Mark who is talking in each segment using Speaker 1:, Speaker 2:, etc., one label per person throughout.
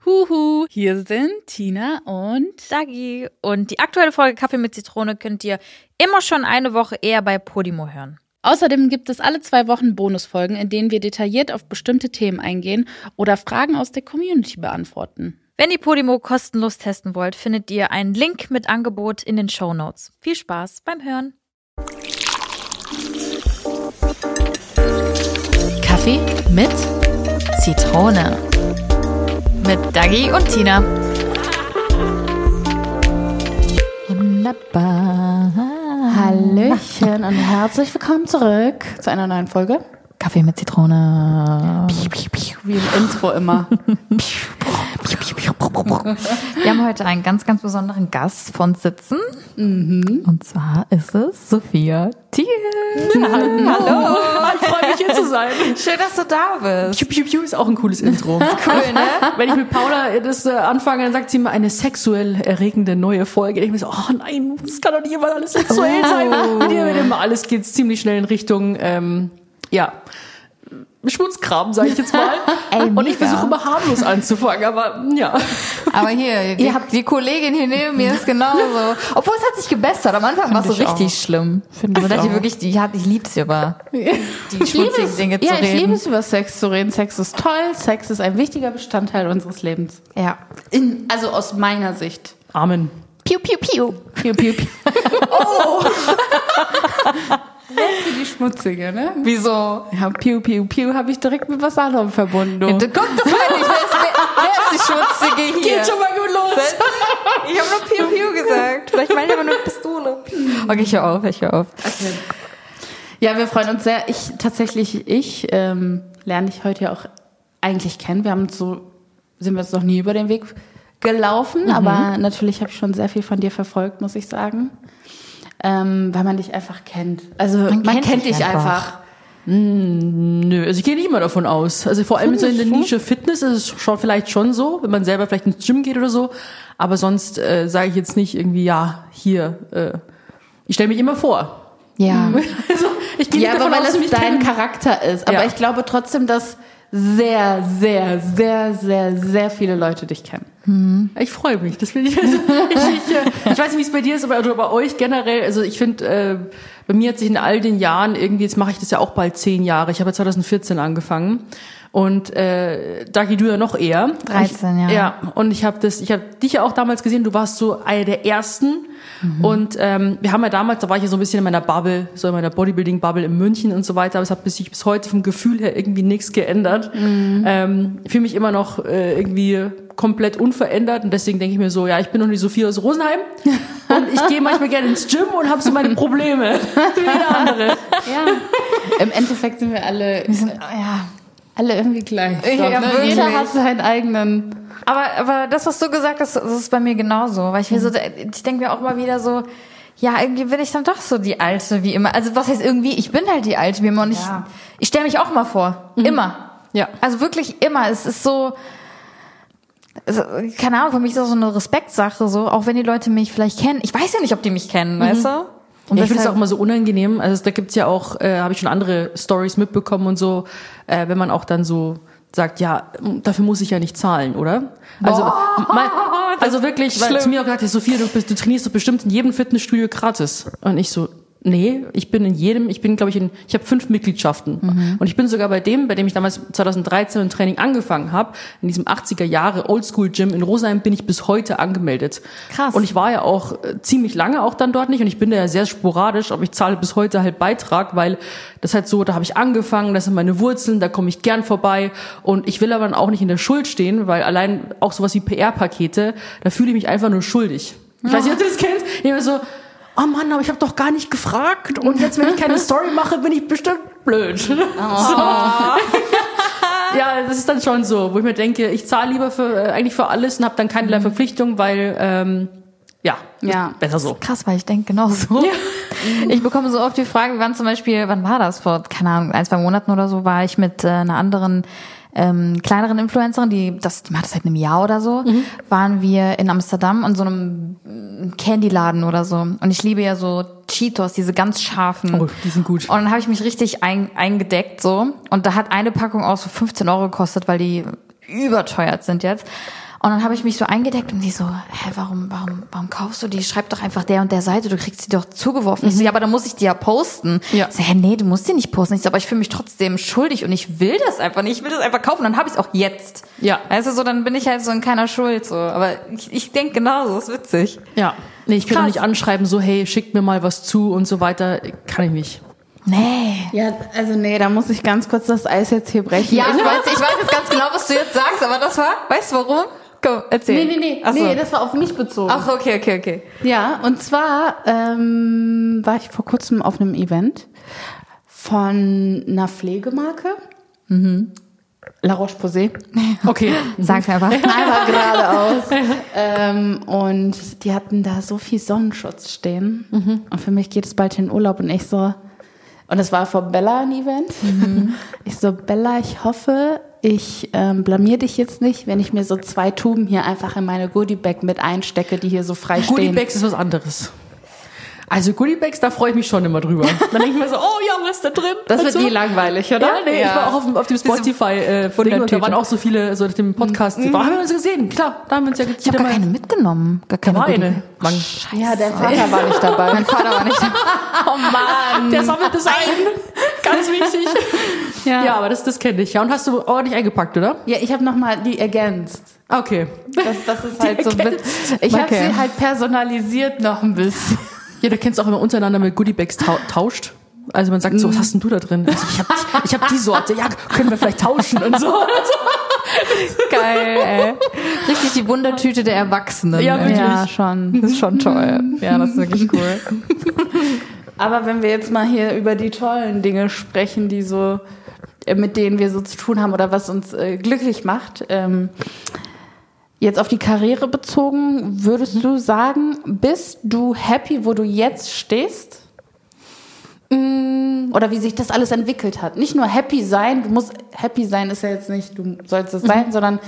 Speaker 1: Huhu, hier sind Tina und
Speaker 2: Dagi. Und die aktuelle Folge Kaffee mit Zitrone könnt ihr immer schon eine Woche eher bei Podimo hören.
Speaker 1: Außerdem gibt es alle 2 Wochen Bonusfolgen, in denen wir detailliert auf bestimmte Themen eingehen oder Fragen aus der Community beantworten.
Speaker 2: Wenn ihr Podimo kostenlos testen wollt, findet ihr einen Link mit Angebot in den Shownotes. Viel Spaß beim Hören.
Speaker 3: Kaffee mit Zitrone. Mit Dagi und Tina.
Speaker 1: Wunderbar. Hallöchen und herzlich willkommen zurück zu einer neuen Folge.
Speaker 3: Kaffee mit Zitrone.
Speaker 1: Wie im Intro immer.
Speaker 3: Wir haben heute einen ganz, ganz besonderen Gast von Sitzen. Und zwar ist es Sophia Thiel.
Speaker 1: Hallo.
Speaker 4: Ich freue mich, hier zu sein.
Speaker 3: Schön, dass du da bist.
Speaker 4: Piu, piu, piu ist auch ein cooles Intro.
Speaker 3: Cool, ne?
Speaker 4: Wenn ich mit Paula das anfange, dann sagt sie mir eine sexuell erregende neue Folge. Ich mir so, oh nein, das kann doch nicht immer alles sexuell sein. Mit dir wird immer alles geht ziemlich schnell in Richtung, Schmutzkram, sage ich jetzt mal.
Speaker 3: Ey,
Speaker 4: und ich versuche immer harmlos anzufangen, aber ja.
Speaker 3: Aber hier, die Kollegin hier neben mir ist genauso. Obwohl es hat sich gebessert. Am Anfang war es so richtig schlimm. Also dass ich lieb's hier über die schmutzigen Dinge zu reden.
Speaker 1: Ja, ich liebe es, über Sex zu reden. Sex ist toll. Sex ist ein wichtiger Bestandteil unseres Lebens.
Speaker 3: Ja.
Speaker 1: Also aus meiner Sicht.
Speaker 4: Amen.
Speaker 3: Piu, piu, piu.
Speaker 1: Piu, piu, piu. Oh! Jetzt die Schmutzige, ne?
Speaker 3: Wieso?
Speaker 1: Ja, Piu, Piu, Piu habe ich direkt mit was anderem verbunden. Du.
Speaker 3: Guck, das meine ich. Wer ist die Schmutzige hier?
Speaker 4: Geht schon mal gut los.
Speaker 3: Ich habe nur Piu, piu gesagt. Vielleicht meine ich aber nur Pistole. Okay, ich höre auf.
Speaker 1: Okay. Ja, wir freuen uns sehr. Ich lerne dich heute ja auch eigentlich kennen. Sind wir uns noch nie über den Weg gelaufen, aber natürlich habe ich schon sehr viel von dir verfolgt, muss ich sagen. Weil man dich einfach kennt. Also man kennt dich einfach.
Speaker 4: Nö, also ich gehe nicht immer davon aus. Also vor allem so in der Nische Fitness ist es schon vielleicht schon so, wenn man selber vielleicht ins Gym geht oder so. Aber sonst sage ich jetzt nicht irgendwie, ich stelle mich immer vor.
Speaker 1: Ja.
Speaker 4: Also ich gehe nicht davon
Speaker 1: weil
Speaker 4: aus, dass du
Speaker 1: es
Speaker 4: mich
Speaker 1: dein
Speaker 4: kennst.
Speaker 1: Charakter ist. Aber ich glaube trotzdem, dass sehr, sehr, sehr, sehr, sehr viele Leute dich kennen.
Speaker 4: Ich freue mich. Das finde ich. Also, ich weiß nicht, wie es bei dir ist, aber oder bei euch generell. Also ich finde, bei mir hat sich in all den Jahren irgendwie, jetzt mache ich das ja auch bald 10 Jahre. Ich habe ja 2014 angefangen. Und Dagi, du ja noch eher.
Speaker 3: 13, ja.
Speaker 4: Ja, und ich habe dich ja auch damals gesehen, du warst so eine der ersten. Und wir haben ja damals, da war ich ja so ein bisschen in meiner Bubble, so in meiner Bodybuilding-Bubble in München und so weiter, aber es hat sich bis heute vom Gefühl her irgendwie nichts geändert. Ich fühle mich immer noch irgendwie komplett unverändert und deswegen denke ich mir so, ja, ich bin noch nicht Sophia aus Rosenheim und ich gehe manchmal gerne ins Gym und habe so meine Probleme wie jeder andere.
Speaker 1: Ja. Im Endeffekt sind wir alle alle irgendwie gleich.
Speaker 3: Ja,
Speaker 1: ne?
Speaker 3: wirklich.
Speaker 1: Jeder hat seinen eigenen.
Speaker 3: Aber das, was du gesagt hast, das ist bei mir genauso. Weil ich denke mir auch mal wieder so, ja, irgendwie bin ich dann doch so die Alte wie immer. Also was heißt irgendwie, ich bin halt die Alte wie immer und ich stelle mich auch mal vor. Immer.
Speaker 4: Ja.
Speaker 3: Also wirklich immer. Es ist so, keine Ahnung, für mich ist das so eine Respektsache, so, auch wenn die Leute mich vielleicht kennen. Ich weiß ja nicht, ob die mich kennen, weißt du?
Speaker 4: Und ich finde es auch immer so unangenehm. Also da gibt's ja auch, habe ich schon andere Stories mitbekommen und so, wenn man auch dann so sagt, ja, dafür muss ich ja nicht zahlen, oder? Also wirklich, weil zu mir auch gesagt, Sophia, du trainierst doch bestimmt in jedem Fitnessstudio gratis. Und ich so, nee, ich habe 5 Mitgliedschaften. Und ich bin sogar bei dem ich damals 2013 ein Training angefangen habe, in diesem 80er Jahre Oldschool-Gym in Rosenheim bin ich bis heute angemeldet.
Speaker 3: Krass.
Speaker 4: Und ich war ja auch ziemlich lange auch dann dort nicht und ich bin da ja sehr sporadisch, aber ich zahle bis heute halt Beitrag, weil das halt so, da habe ich angefangen, das sind meine Wurzeln, da komme ich gern vorbei und ich will aber dann auch nicht in der Schuld stehen, weil allein auch sowas wie PR-Pakete, da fühle ich mich einfach nur schuldig. Ich weiß nicht, ob du das kennst. Ich bin so, oh Mann, aber ich habe doch gar nicht gefragt und jetzt, wenn ich keine Story mache, bin ich bestimmt blöd. So. Ja, das ist dann schon so, wo ich mir denke, ich zahle lieber eigentlich für alles und habe dann keinerlei Verpflichtung, weil besser so.
Speaker 3: Krass, weil ich denke genauso. Ja. Ich bekomme so oft die Frage, wir waren zum Beispiel, wann war das? Vor, keine Ahnung, 1-2 Monaten oder so, war ich mit einer anderen kleineren Influencerin, die macht das seit einem Jahr oder so, waren wir in Amsterdam in so einem Candy-Laden oder so. Und ich liebe ja so Cheetos, diese ganz scharfen.
Speaker 4: Oh, die sind gut.
Speaker 3: Und dann habe ich mich richtig eingedeckt so. Und da hat eine Packung auch so 15 € gekostet, weil die überteuert sind jetzt. Und dann habe ich mich so eingedeckt und die so, warum kaufst du die? Schreib doch einfach der und der Seite, du kriegst sie doch zugeworfen. Ich so, ja, aber dann muss ich die ja posten. Ja. Ich so, nee, du musst die nicht posten. Ich so, aber ich fühle mich trotzdem schuldig und ich will das einfach nicht. Ich will das einfach kaufen, dann habe ich es auch jetzt. Ja. Weißt du, so, dann bin ich halt so in keiner Schuld. So. Aber ich denke genauso, ist witzig.
Speaker 4: Ja. Nee, ich kann doch nicht anschreiben, so, hey, schickt mir mal was zu und so weiter. Kann ich nicht.
Speaker 3: Nee.
Speaker 1: Ja, also da muss ich ganz kurz das Eis jetzt hier brechen.
Speaker 3: Ja, ich weiß jetzt ganz genau, was du jetzt sagst, aber das war, weißt du warum? Komm, erzähl.
Speaker 1: Nee, das war auf mich bezogen.
Speaker 3: Ach, okay.
Speaker 1: Ja, und zwar war ich vor kurzem auf einem Event von einer Pflegemarke. La Roche-Posay.
Speaker 3: Okay. Sag's einfach.
Speaker 1: Einfach geradeaus. Und die hatten da so viel Sonnenschutz stehen. Und für mich geht es bald in den Urlaub und ich so... Und es war vor Bella ein Event. Ich so, Bella, ich hoffe, ich blamier dich jetzt nicht, wenn ich mir so 2 Tuben hier einfach in meine Goodie-Bag mit einstecke, die hier so frei stehen.
Speaker 4: Goodie-Bags ist was anderes. Also Goodie-Bags, da freue ich mich schon immer drüber. Dann denke ich mir so, oh ja, was ist da drin?
Speaker 1: Das wird nie langweilig, oder?
Speaker 4: Ja, nee, ich war auch auf dem Spotify-Ding und da waren auch so viele, so nach dem Podcast. Haben wir uns gesehen, klar, da haben wir uns ja
Speaker 3: gesehen. Ich habe gar keine mitgenommen. Gar keine
Speaker 4: eine.
Speaker 1: Scheiße. Ja, der Vater war nicht dabei.
Speaker 3: Mein Vater war nicht dabei.
Speaker 1: Oh Mann.
Speaker 4: Der sammelt das ein. Ganz wichtig. Ja, aber das kenne ich. Ja, und hast du ordentlich eingepackt, oder?
Speaker 1: Ja, ich habe nochmal die ergänzt.
Speaker 4: Okay.
Speaker 1: Das ist halt so ich habe sie halt personalisiert noch ein bisschen.
Speaker 4: Ja, du kennst auch, wenn man untereinander mit Goodiebags tauscht. Also man sagt so, was hast denn du da drin? Also ich hab die Sorte. Ja, können wir vielleicht tauschen und so.
Speaker 3: Geil, ey. Richtig die Wundertüte der Erwachsenen.
Speaker 1: Ja, wirklich. Ja, schon.
Speaker 3: Das ist schon toll. Ja, das ist wirklich cool.
Speaker 1: Aber wenn wir jetzt mal hier über die tollen Dinge sprechen, die so, mit denen wir so zu tun haben oder was uns glücklich macht, jetzt auf die Karriere bezogen, würdest du sagen, bist du happy, wo du jetzt stehst? Oder wie sich das alles entwickelt hat? Nicht nur happy sein, du musst happy sein, ist ja jetzt nicht, du sollst es sein, sondern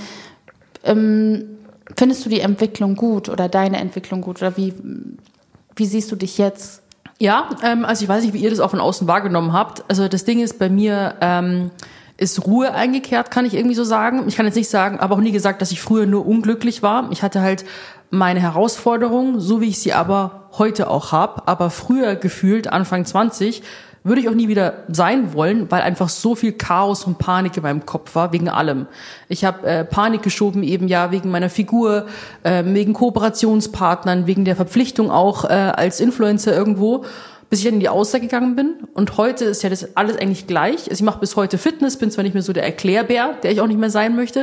Speaker 1: findest du die Entwicklung gut oder deine Entwicklung gut? Oder wie siehst du dich jetzt?
Speaker 4: Ja, also ich weiß nicht, wie ihr das auch von außen wahrgenommen habt. Also das Ding ist, bei mir ist Ruhe eingekehrt, kann ich irgendwie so sagen. Ich kann jetzt nicht sagen, aber auch nie gesagt, dass ich früher nur unglücklich war. Ich hatte halt meine Herausforderungen, so wie ich sie aber heute auch habe. Aber früher gefühlt, Anfang 20, würde ich auch nie wieder sein wollen, weil einfach so viel Chaos und Panik in meinem Kopf war, wegen allem. Ich habe Panik geschoben eben ja wegen meiner Figur, wegen Kooperationspartnern, wegen der Verpflichtung auch als Influencer irgendwo, bis ich dann in die Aussage gegangen bin. Und heute ist ja das alles eigentlich gleich. Also ich mache bis heute Fitness, bin zwar nicht mehr so der Erklärbär, der ich auch nicht mehr sein möchte,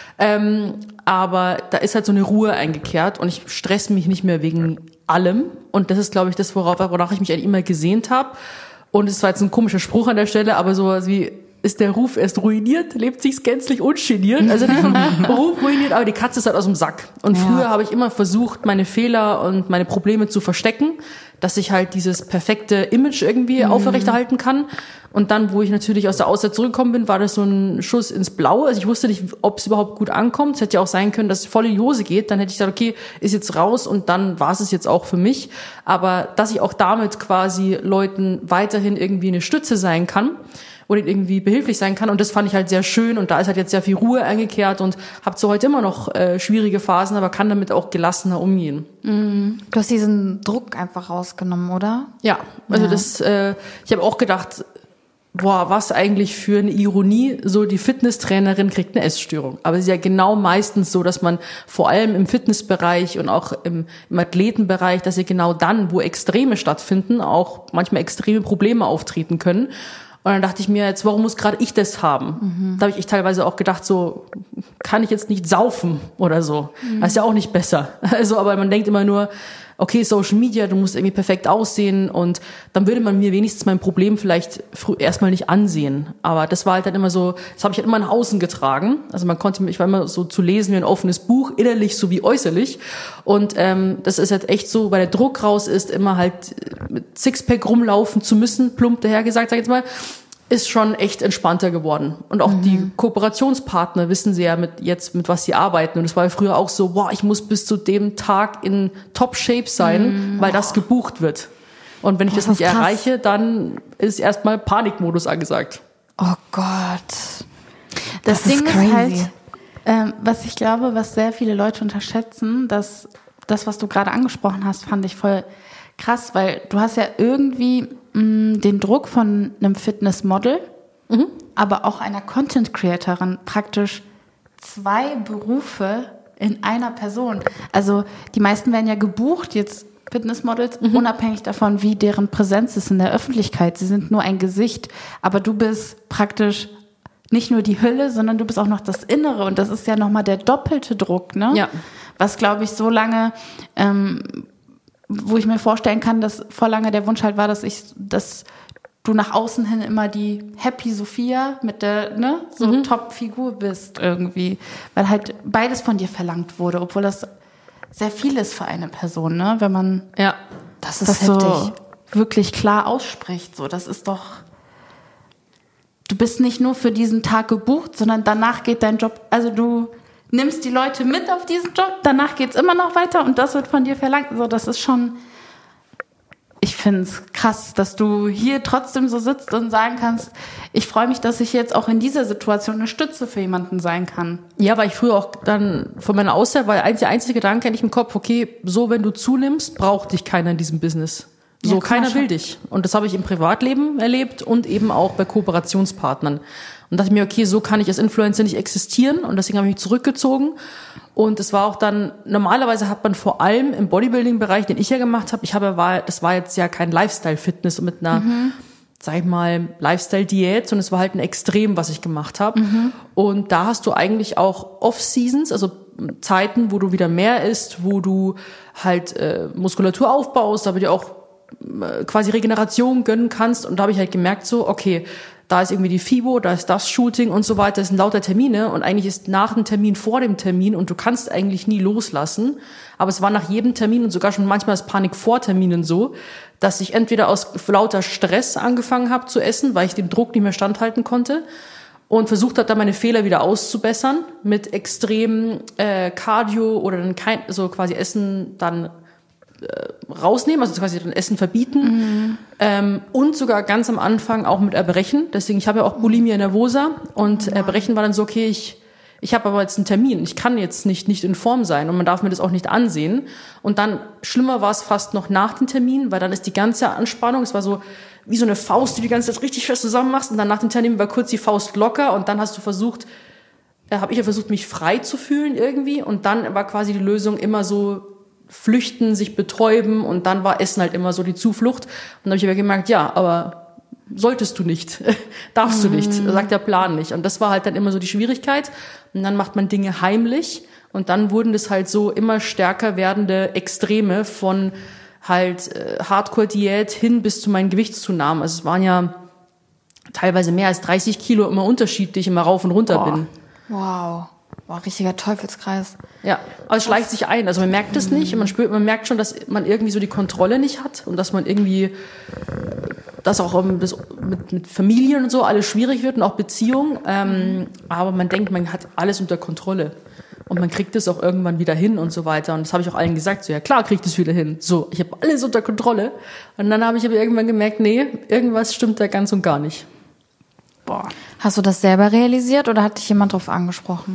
Speaker 4: aber da ist halt so eine Ruhe eingekehrt und ich stresse mich nicht mehr wegen allem. Und das ist, glaube ich, das, wonach ich mich eigentlich immer gesehnt habe. Und es war jetzt ein komischer Spruch an der Stelle, aber so wie, ist der Ruf erst ruiniert, lebt sich's gänzlich ungeniert. Also nicht vom Ruf ruiniert, aber die Katze ist halt aus dem Sack. Und früher habe ich immer versucht, meine Fehler und meine Probleme zu verstecken, dass ich halt dieses perfekte Image irgendwie aufrechterhalten kann. Und dann, wo ich natürlich aus der Auszeit zurückgekommen bin, war das so ein Schuss ins Blaue. Also ich wusste nicht, ob es überhaupt gut ankommt. Es hätte ja auch sein können, dass es voll in die Hose geht. Dann hätte ich gesagt, okay, ist jetzt raus und dann war es jetzt auch für mich. Aber dass ich auch damit quasi Leuten weiterhin irgendwie eine Stütze sein kann oder irgendwie behilflich sein kann. Und das fand ich halt sehr schön. Und da ist halt jetzt sehr viel Ruhe eingekehrt und habe so heute immer noch schwierige Phasen, aber kann damit auch gelassener umgehen.
Speaker 3: Du hast diesen Druck einfach rausgenommen, oder?
Speaker 4: Ja, also das, ich habe auch gedacht, boah, was eigentlich für eine Ironie, so die Fitnesstrainerin kriegt eine Essstörung. Aber es ist ja genau meistens so, dass man vor allem im Fitnessbereich und auch im Athletenbereich, dass ja genau dann, wo Extreme stattfinden, auch manchmal extreme Probleme auftreten können. Und dann dachte ich mir, jetzt, warum muss gerade ich das haben? Da habe ich teilweise auch gedacht, so, kann ich jetzt nicht saufen oder so? Das ist ja auch nicht besser. Also, aber man denkt immer nur, okay, Social Media, du musst irgendwie perfekt aussehen und dann würde man mir wenigstens mein Problem vielleicht erstmal nicht ansehen. Aber das war halt dann immer so, das habe ich halt immer nach außen getragen. Also ich war immer so zu lesen wie ein offenes Buch, innerlich sowie äußerlich. Und das ist halt echt so, weil der Druck raus ist, immer halt mit Sixpack rumlaufen zu müssen, plump dahergesagt, sag ich jetzt mal, ist schon echt entspannter geworden. Und auch die Kooperationspartner wissen sie ja mit was sie arbeiten. Und es war ja früher auch so, boah, ich muss bis zu dem Tag in Top-Shape sein, weil das gebucht wird. Und wenn ich das nicht erreiche, dann ist erstmal Panikmodus angesagt.
Speaker 3: Oh Gott.
Speaker 1: Das Ding ist halt, Was ich glaube, was sehr viele Leute unterschätzen, dass das, was du gerade angesprochen hast, fand ich voll krass, weil du hast ja irgendwie den Druck von einem Fitnessmodel, aber auch einer Content-Creatorin, praktisch 2 Berufe in einer Person. Also die meisten werden ja gebucht, jetzt Fitnessmodels, unabhängig davon, wie deren Präsenz ist in der Öffentlichkeit. Sie sind nur ein Gesicht, aber du bist praktisch nicht nur die Hülle, sondern du bist auch noch das Innere und das ist ja nochmal der doppelte Druck, ne? Ja. Was, glaube ich, so lange, wo ich mir vorstellen kann, dass vor lange der Wunsch halt war, dass du nach außen hin immer die Happy Sophia mit der, ne, so Top-Figur bist irgendwie. Weil halt beides von dir verlangt wurde, obwohl das sehr viel ist für eine Person, ne? Wenn man das heftig. So wirklich klar ausspricht, so, das ist doch, du bist nicht nur für diesen Tag gebucht, sondern danach geht dein Job, also du nimmst die Leute mit auf diesen Job, danach geht's immer noch weiter und das wird von dir verlangt. So, das ist schon, ich finde es krass, dass du hier trotzdem so sitzt und sagen kannst, ich freue mich, dass ich jetzt auch in dieser Situation eine Stütze für jemanden sein kann.
Speaker 4: Ja, weil ich früher auch dann von meiner Aussage, weil der einzige Gedanke eigentlich im Kopf, okay, so wenn du zunimmst, braucht dich keiner in diesem Business. So, ja, keiner will dich. Und das habe ich im Privatleben erlebt und eben auch bei Kooperationspartnern. Und dachte mir, okay, so kann ich als Influencer nicht existieren. Und deswegen habe ich mich zurückgezogen. Und es war auch dann, normalerweise hat man vor allem im Bodybuilding-Bereich, den ich ja gemacht habe, das war jetzt ja kein Lifestyle-Fitness mit einer, sag ich mal, Lifestyle-Diät, sondern es war halt ein Extrem, was ich gemacht habe. Und da hast du eigentlich auch Off-Seasons, also Zeiten, wo du wieder mehr isst, wo du halt Muskulatur aufbaust, aber dir auch quasi Regeneration gönnen kannst. Und da habe ich halt gemerkt so, okay, da ist irgendwie die FIBO, da ist das Shooting und so weiter, das sind lauter Termine und eigentlich ist nach dem Termin vor dem Termin und du kannst eigentlich nie loslassen, aber es war nach jedem Termin und sogar schon manchmal als Panik vor Terminen so, dass ich entweder aus lauter Stress angefangen habe zu essen, weil ich dem Druck nicht mehr standhalten konnte und versucht habe, da meine Fehler wieder auszubessern mit extrem Cardio oder dann so quasi Essen dann rausnehmen, also quasi dann Essen verbieten und sogar ganz am Anfang auch mit Erbrechen. Deswegen, ich habe ja auch Bulimia nervosa und Erbrechen war dann so, okay, ich habe aber jetzt einen Termin, ich kann jetzt nicht in Form sein und man darf mir das auch nicht ansehen. Und dann, schlimmer war es fast noch nach dem Termin, weil dann ist die ganze Anspannung, es war so wie so eine Faust, die du die ganze Zeit richtig fest zusammen machst und dann nach dem Termin war kurz die Faust locker und dann habe ich ja versucht, mich frei zu fühlen irgendwie und dann war quasi die Lösung immer so flüchten, sich betäuben und dann war Essen halt immer so die Zuflucht. Und dann habe ich aber gemerkt, ja, aber solltest du nicht, darfst du nicht, sagt der Plan nicht. Und das war halt dann immer so die Schwierigkeit. Und dann macht man Dinge heimlich und dann wurden das halt so immer stärker werdende Extreme von halt Hardcore-Diät hin bis zu meinen Gewichtszunahmen. Also es waren ja teilweise mehr als 30 Kilo immer unterschiedlich, immer rauf und runter bin.
Speaker 3: Wow. Boah, richtiger Teufelskreis.
Speaker 4: Ja, aber es schleicht sich ein. Also man merkt es nicht und man merkt schon, dass man irgendwie so die Kontrolle nicht hat und dass man irgendwie, dass auch mit Familien und so alles schwierig wird und auch Beziehungen. Aber man denkt, man hat alles unter Kontrolle und man kriegt es auch irgendwann wieder hin und so weiter. Und das habe ich auch allen gesagt, so ja klar kriegt es wieder hin. So, ich habe alles unter Kontrolle. Und dann habe ich aber irgendwann gemerkt, nee, irgendwas stimmt da ganz und gar nicht.
Speaker 3: Boah. Hast du das selber realisiert oder hat dich jemand drauf angesprochen?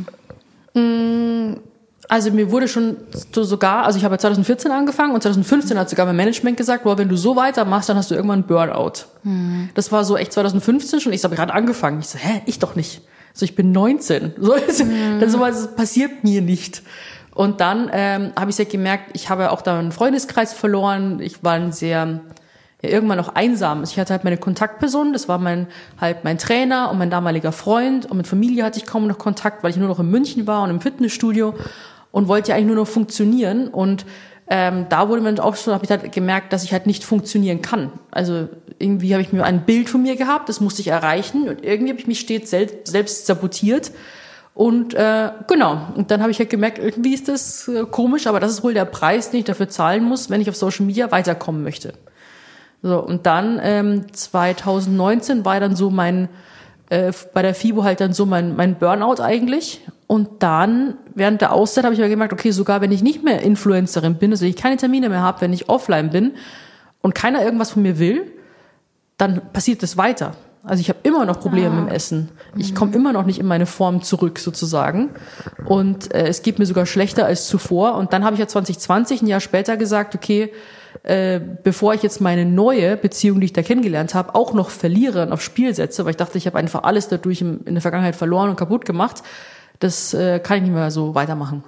Speaker 4: Also mir wurde schon sogar, also ich habe 2014 angefangen und 2015 hat sogar mein Management gesagt, boah, wenn du so weitermachst, dann hast du irgendwann einen Burnout. Das war so echt 2015 schon, ich habe gerade angefangen. Ich so, ich doch nicht. So, ich bin 19. So, dann sowas passiert mir nicht. Und dann habe ich ja gemerkt, ich habe auch da einen Freundeskreis verloren. Ich war irgendwann auch einsam. Ich hatte halt meine Kontaktperson, das war mein Trainer und mein damaliger Freund und mit Familie hatte ich kaum noch Kontakt, weil ich nur noch in München war und im Fitnessstudio und wollte ja eigentlich nur noch funktionieren und da wurde mir auch schon, habe ich halt gemerkt, dass ich halt nicht funktionieren kann. Also irgendwie habe ich mir ein Bild von mir gehabt, das musste ich erreichen und irgendwie habe ich mich stets selbst sabotiert und genau, und dann habe ich halt gemerkt, irgendwie ist das komisch, aber das ist wohl der Preis, den ich dafür zahlen muss, wenn ich auf Social Media weiterkommen möchte. So, und dann 2019 war dann so bei der FIBO halt dann so mein Burnout eigentlich. Und dann, während der Auszeit, habe ich aber gemerkt, okay, sogar wenn ich nicht mehr Influencerin bin, also wenn ich keine Termine mehr habe, wenn ich offline bin und keiner irgendwas von mir will, dann passiert das weiter. Also ich habe immer noch Probleme mit dem Essen. Ich komme immer noch nicht in meine Form zurück sozusagen. Und es geht mir sogar schlechter als zuvor. Und dann habe ich ja 2020, ein Jahr später, gesagt, okay, bevor ich jetzt meine neue Beziehung, die ich da kennengelernt habe, auch noch verliere und aufs Spiel setze, weil ich dachte, ich habe einfach alles dadurch in der Vergangenheit verloren und kaputt gemacht, das kann ich nicht mehr so weitermachen.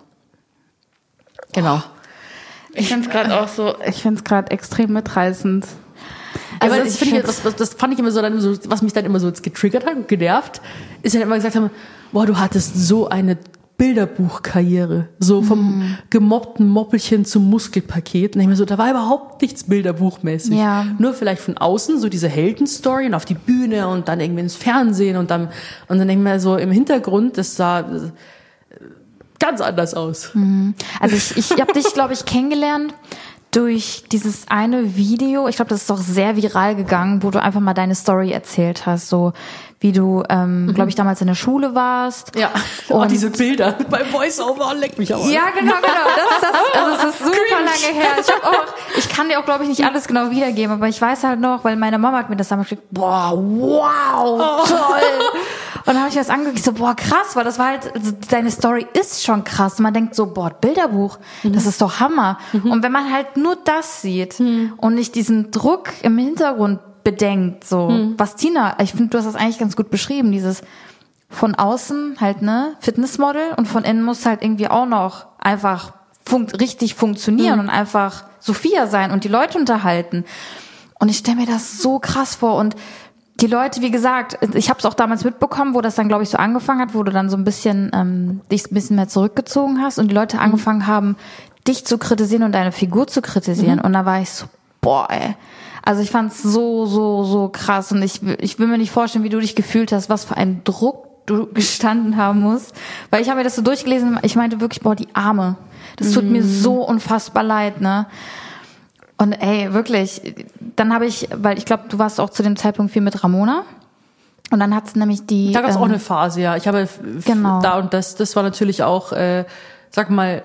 Speaker 4: Genau.
Speaker 1: Ich finde es gerade auch so, ich finde es gerade extrem mitreißend.
Speaker 4: Also das fand ich immer so, was mich dann immer so getriggert hat und genervt, ist ja immer gesagt haben, boah, du hattest so eine Bilderbuchkarriere, so vom gemobbten Moppelchen zum Muskelpaket. Und ich mir so, da war überhaupt nichts bilderbuchmäßig.
Speaker 3: Ja.
Speaker 4: Nur vielleicht von außen so diese Heldenstory und auf die Bühne und dann irgendwie ins Fernsehen und dann denke ich mir so im Hintergrund, das sah ganz anders aus.
Speaker 3: Also ich habe dich, glaube ich, kennengelernt durch dieses eine Video. Ich glaube, das ist doch sehr viral gegangen, wo du einfach mal deine Story erzählt hast, so wie du, glaube ich, damals in der Schule warst.
Speaker 4: Ja, und diese Bilder beim Voice-Over, leck mich auch an.
Speaker 3: Ja, genau. Das ist super lange her. Ich kann dir auch, glaube ich, nicht alles genau wiedergeben, aber ich weiß halt noch, weil meine Mama hat mir das damals geschickt, boah, wow, toll. Und dann habe ich das angeguckt, ich so, boah, krass, weil das war halt, also deine Story ist schon krass. Und man denkt so, boah, Bilderbuch, das ist doch Hammer. Und wenn man halt nur das sieht und nicht diesen Druck im Hintergrund bedenkt, so, was Tina, ich finde, du hast das eigentlich ganz gut beschrieben, dieses von außen halt, ne, Fitnessmodel und von innen muss halt irgendwie auch noch einfach richtig funktionieren und einfach Sophia sein und die Leute unterhalten. Und ich stelle mir das so krass vor und die Leute, wie gesagt, ich habe es auch damals mitbekommen, wo das dann, glaube ich, so angefangen hat, wo du dann so ein bisschen dich ein bisschen mehr zurückgezogen hast und die Leute angefangen haben, dich zu kritisieren und deine Figur zu kritisieren. Und da war ich so, boah, ey. Also ich fand's so krass und ich will mir nicht vorstellen, wie du dich gefühlt hast, was für ein Druck du gestanden haben musst. Weil ich habe mir das so durchgelesen, ich meinte wirklich, boah, die Arme. Das tut mir so unfassbar leid, ne? Und ey, wirklich, dann habe ich, weil ich glaube, du warst auch zu dem Zeitpunkt viel mit Ramona. Und dann hat's nämlich die...
Speaker 4: Da gab's auch eine Phase, ja. Ich habe
Speaker 3: genau.
Speaker 4: Da und das war natürlich auch, sag mal,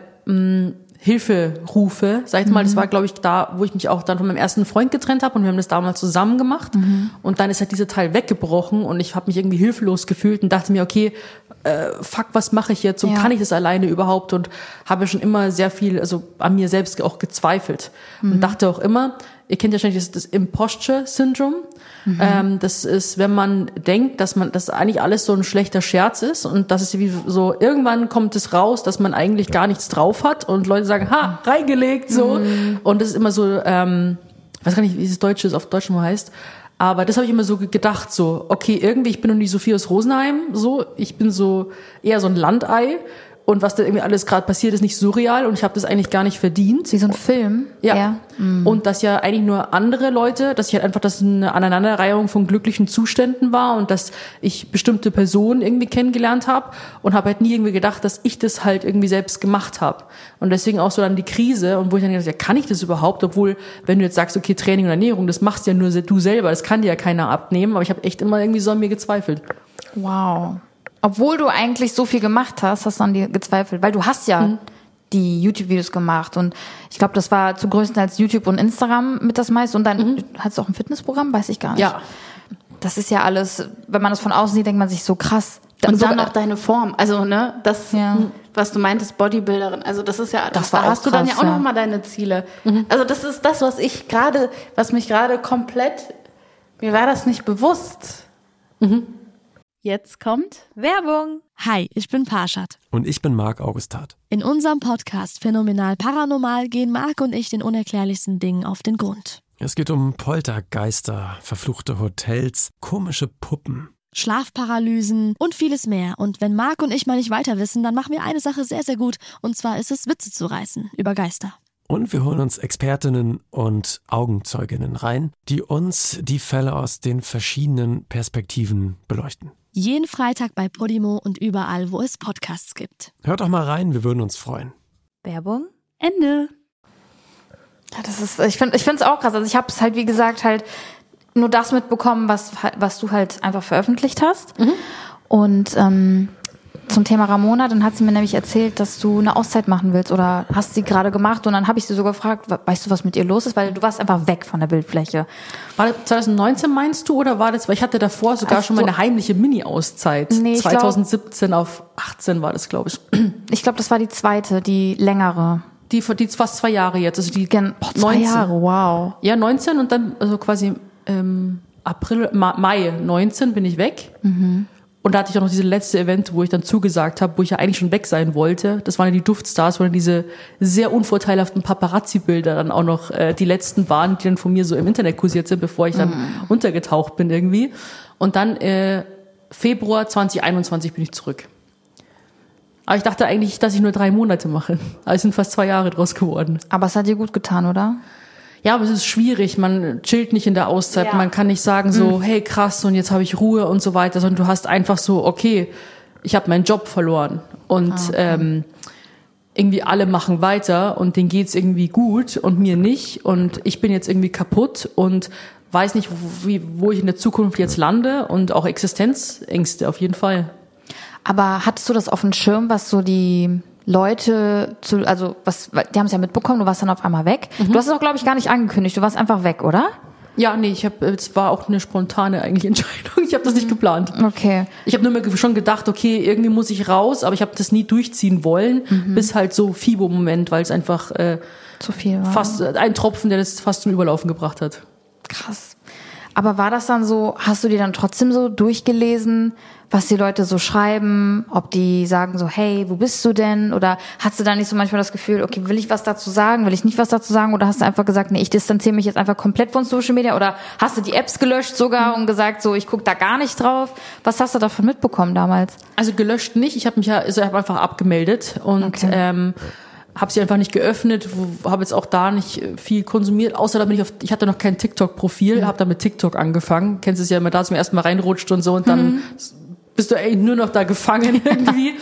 Speaker 4: Hilferufe, sag ich mal, das war, glaube ich, da, wo ich mich auch dann von meinem ersten Freund getrennt habe und wir haben das damals zusammen gemacht und dann ist halt dieser Teil weggebrochen und ich habe mich irgendwie hilflos gefühlt und dachte mir, okay, fuck, was mache ich jetzt und kann ich das alleine überhaupt und habe schon immer sehr viel, also an mir selbst auch gezweifelt und dachte auch immer, ihr kennt ja wahrscheinlich das Imposture-Syndrom. Das ist, wenn man denkt, dass eigentlich alles so ein schlechter Scherz ist und dass es wie so, irgendwann kommt es raus, dass man eigentlich gar nichts drauf hat und Leute sagen, ha, reingelegt, so. Und das ist immer so, weiß gar nicht, wie es auf Deutsch mal heißt, aber das habe ich immer so gedacht, so, okay, irgendwie, ich bin noch nicht Sophie aus Rosenheim, so, ich bin so eher so ein Landei. Und was da irgendwie alles gerade passiert, ist nicht surreal und ich habe das eigentlich gar nicht verdient.
Speaker 3: Wie so ein Film.
Speaker 4: Ja. Und dass ja eigentlich nur andere Leute, dass ich halt einfach, dass eine Aneinanderreihung von glücklichen Zuständen war und dass ich bestimmte Personen irgendwie kennengelernt habe und habe halt nie irgendwie gedacht, dass ich das halt irgendwie selbst gemacht habe. Und deswegen auch so dann die Krise und wo ich dann gedacht, ja, kann ich das überhaupt? Obwohl, wenn du jetzt sagst, okay, Training und Ernährung, das machst ja nur du selber, das kann dir ja keiner abnehmen. Aber ich habe echt immer irgendwie so an mir gezweifelt.
Speaker 3: Wow. Obwohl du eigentlich so viel gemacht hast, hast du an dir gezweifelt, weil du hast ja die YouTube-Videos gemacht und ich glaube, das war zu größtenteils YouTube und Instagram mit das meiste und dann hattest du auch ein Fitnessprogramm, weiß ich gar nicht.
Speaker 4: Ja.
Speaker 3: Das ist ja alles, wenn man das von außen sieht, denkt man sich so krass.
Speaker 1: Und dann auch deine Form, also ne, das, was du meintest, Bodybuilderin, also das ist ja,
Speaker 3: das war
Speaker 1: da hast
Speaker 3: krass,
Speaker 1: du dann ja auch noch mal deine Ziele. Also das ist das, was mich gerade komplett, mir war das nicht bewusst. Jetzt kommt
Speaker 2: Werbung.
Speaker 5: Hi, ich bin Parshad.
Speaker 6: Und ich bin Marc Augustat.
Speaker 5: In unserem Podcast Phänomenal Paranormal gehen Marc und ich den unerklärlichsten Dingen auf den Grund.
Speaker 6: Es geht um Poltergeister, verfluchte Hotels, komische Puppen,
Speaker 5: Schlafparalysen und vieles mehr. Und wenn Marc und ich mal nicht weiter wissen, dann machen wir eine Sache sehr, sehr gut. Und zwar ist es, Witze zu reißen über Geister.
Speaker 6: Und wir holen uns Expertinnen und Augenzeuginnen rein, die uns die Fälle aus den verschiedenen Perspektiven beleuchten.
Speaker 5: Jeden Freitag bei Podimo und überall, wo es Podcasts gibt.
Speaker 6: Hört doch mal rein, wir würden uns freuen.
Speaker 3: Werbung?
Speaker 1: Ende.
Speaker 3: Ja, das ist, ich finde es auch krass. Also ich habe es halt, wie gesagt, halt nur das mitbekommen, was du halt einfach veröffentlicht hast. Und zum Thema Ramona, dann hat sie mir nämlich erzählt, dass du eine Auszeit machen willst oder hast sie gerade gemacht und dann habe ich sie so gefragt, weißt du, was mit ihr los ist? Weil du warst einfach weg von der Bildfläche.
Speaker 4: War das 2019 meinst du oder war das, weil ich hatte davor sogar schon mal eine heimliche Mini-Auszeit. Nee, 2017 auf 18 war das, glaube ich.
Speaker 3: Ich glaube, das war die zweite, die längere.
Speaker 4: Die fast 2 Jahre jetzt, also die
Speaker 3: 2 Jahre, wow.
Speaker 4: Ja, 19 und dann also quasi Mai 19 bin ich weg. Mhm. Und da hatte ich auch noch diese letzte Event, wo ich dann zugesagt habe, wo ich ja eigentlich schon weg sein wollte. Das waren ja die Duftstars, wo dann diese sehr unvorteilhaften Paparazzi-Bilder dann auch noch die letzten waren, die dann von mir so im Internet kursiert sind, bevor ich dann untergetaucht bin irgendwie. Und dann Februar 2021 bin ich zurück. Aber ich dachte eigentlich, dass ich nur 3 Monate mache. Also es sind fast 2 Jahre draus geworden.
Speaker 3: Aber es hat dir gut getan, oder?
Speaker 4: Ja, aber es ist schwierig. Man chillt nicht in der Auszeit. Ja. Man kann nicht sagen so, hey krass, und jetzt habe ich Ruhe und so weiter, sondern du hast einfach so, okay, ich habe meinen Job verloren. Und irgendwie alle machen weiter und denen geht's irgendwie gut und mir nicht. Und ich bin jetzt irgendwie kaputt und weiß nicht, wo ich in der Zukunft jetzt lande und auch Existenzängste auf jeden Fall.
Speaker 3: Aber hattest du das auf dem Schirm, was so die Leute die haben es ja mitbekommen, du warst dann auf einmal weg. Du hast es auch, glaube ich, gar nicht angekündigt, du warst einfach weg, oder?
Speaker 4: Ja, nee, es war auch eine spontane eigentlich Entscheidung. Ich habe das nicht geplant.
Speaker 3: Okay.
Speaker 4: Ich habe nur mal schon gedacht, okay, irgendwie muss ich raus, aber ich habe das nie durchziehen wollen, bis halt so FIBO-Moment, weil es einfach
Speaker 3: zu viel war.
Speaker 4: Fast ein Tropfen, der das fast zum Überlaufen gebracht hat.
Speaker 3: Krass. Aber war das dann so, hast du dir dann trotzdem so durchgelesen, was die Leute so schreiben, ob die sagen so, hey, wo bist du denn? Oder hast du da nicht so manchmal das Gefühl, okay, will ich was dazu sagen, will ich nicht was dazu sagen? Oder hast du einfach gesagt, nee, ich distanziere mich jetzt einfach komplett von Social Media? Oder hast du die Apps gelöscht sogar und gesagt, so, ich gucke da gar nicht drauf? Was hast du davon mitbekommen damals?
Speaker 4: Also gelöscht nicht, ich habe mich einfach abgemeldet und habe sie einfach nicht geöffnet, habe jetzt auch da nicht viel konsumiert, außer da ich hatte noch kein TikTok-Profil, habe da mit TikTok angefangen. Kennst es ja immer, da zum ersten Mal reinrutscht und so und dann bist du eigentlich nur noch da gefangen irgendwie.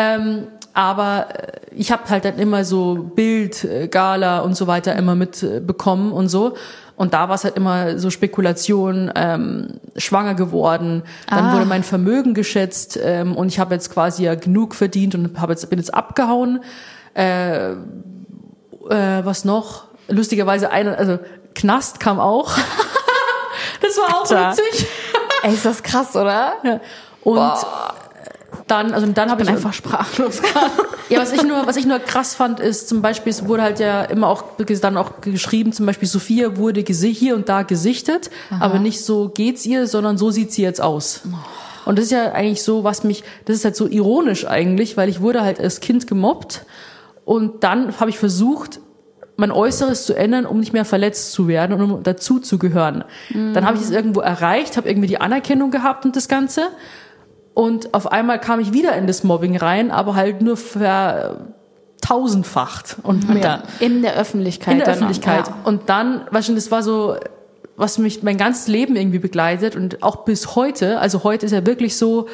Speaker 4: Aber ich habe halt dann immer so Bild, Gala und so weiter immer mitbekommen und so. Und da war es halt immer so Spekulation, schwanger geworden. Dann wurde mein Vermögen geschätzt und ich habe jetzt quasi ja genug verdient und bin jetzt abgehauen. Was noch? Lustigerweise Knast kam auch. Das war auch witzig.
Speaker 3: Ey, ist das krass, oder?
Speaker 4: Ja. Und dann habe ich
Speaker 1: einfach sprachlos.
Speaker 4: Ja, was ich nur krass fand, ist zum Beispiel, es wurde halt ja immer auch dann auch geschrieben, zum Beispiel Sophia wurde hier und da gesichtet, aber nicht so geht's ihr, sondern so sieht sie jetzt aus. Und das ist ja eigentlich so, das ist halt so ironisch eigentlich, weil ich wurde halt als Kind gemobbt. Und dann habe ich versucht, mein Äußeres zu ändern, um nicht mehr verletzt zu werden und um dazu zu gehören. Dann habe ich es irgendwo erreicht, habe irgendwie die Anerkennung gehabt und das Ganze. Und auf einmal kam ich wieder in das Mobbing rein, aber halt nur vertausendfacht und mehr.
Speaker 1: In der Öffentlichkeit.
Speaker 4: In der Öffentlichkeit. Ja. Und dann, weißt du, das war so, was mich mein ganzes Leben irgendwie begleitet und auch bis heute. Also heute ist ja wirklich so,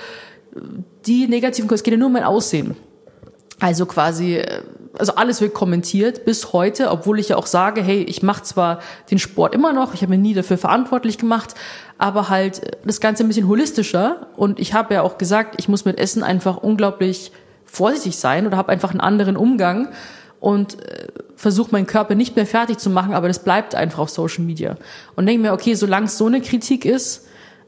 Speaker 4: die negativen, es geht ja nur um mein Aussehen. Also quasi, also alles wird kommentiert bis heute, obwohl ich ja auch sage, hey, ich mache zwar den Sport immer noch, ich habe mich nie dafür verantwortlich gemacht, aber halt das Ganze ein bisschen holistischer. Und ich habe ja auch gesagt, ich muss mit Essen einfach unglaublich vorsichtig sein oder habe einfach einen anderen Umgang und versuche meinen Körper nicht mehr fertig zu machen, aber das bleibt einfach auf Social Media. Und denke mir, okay, solange es so eine Kritik ist,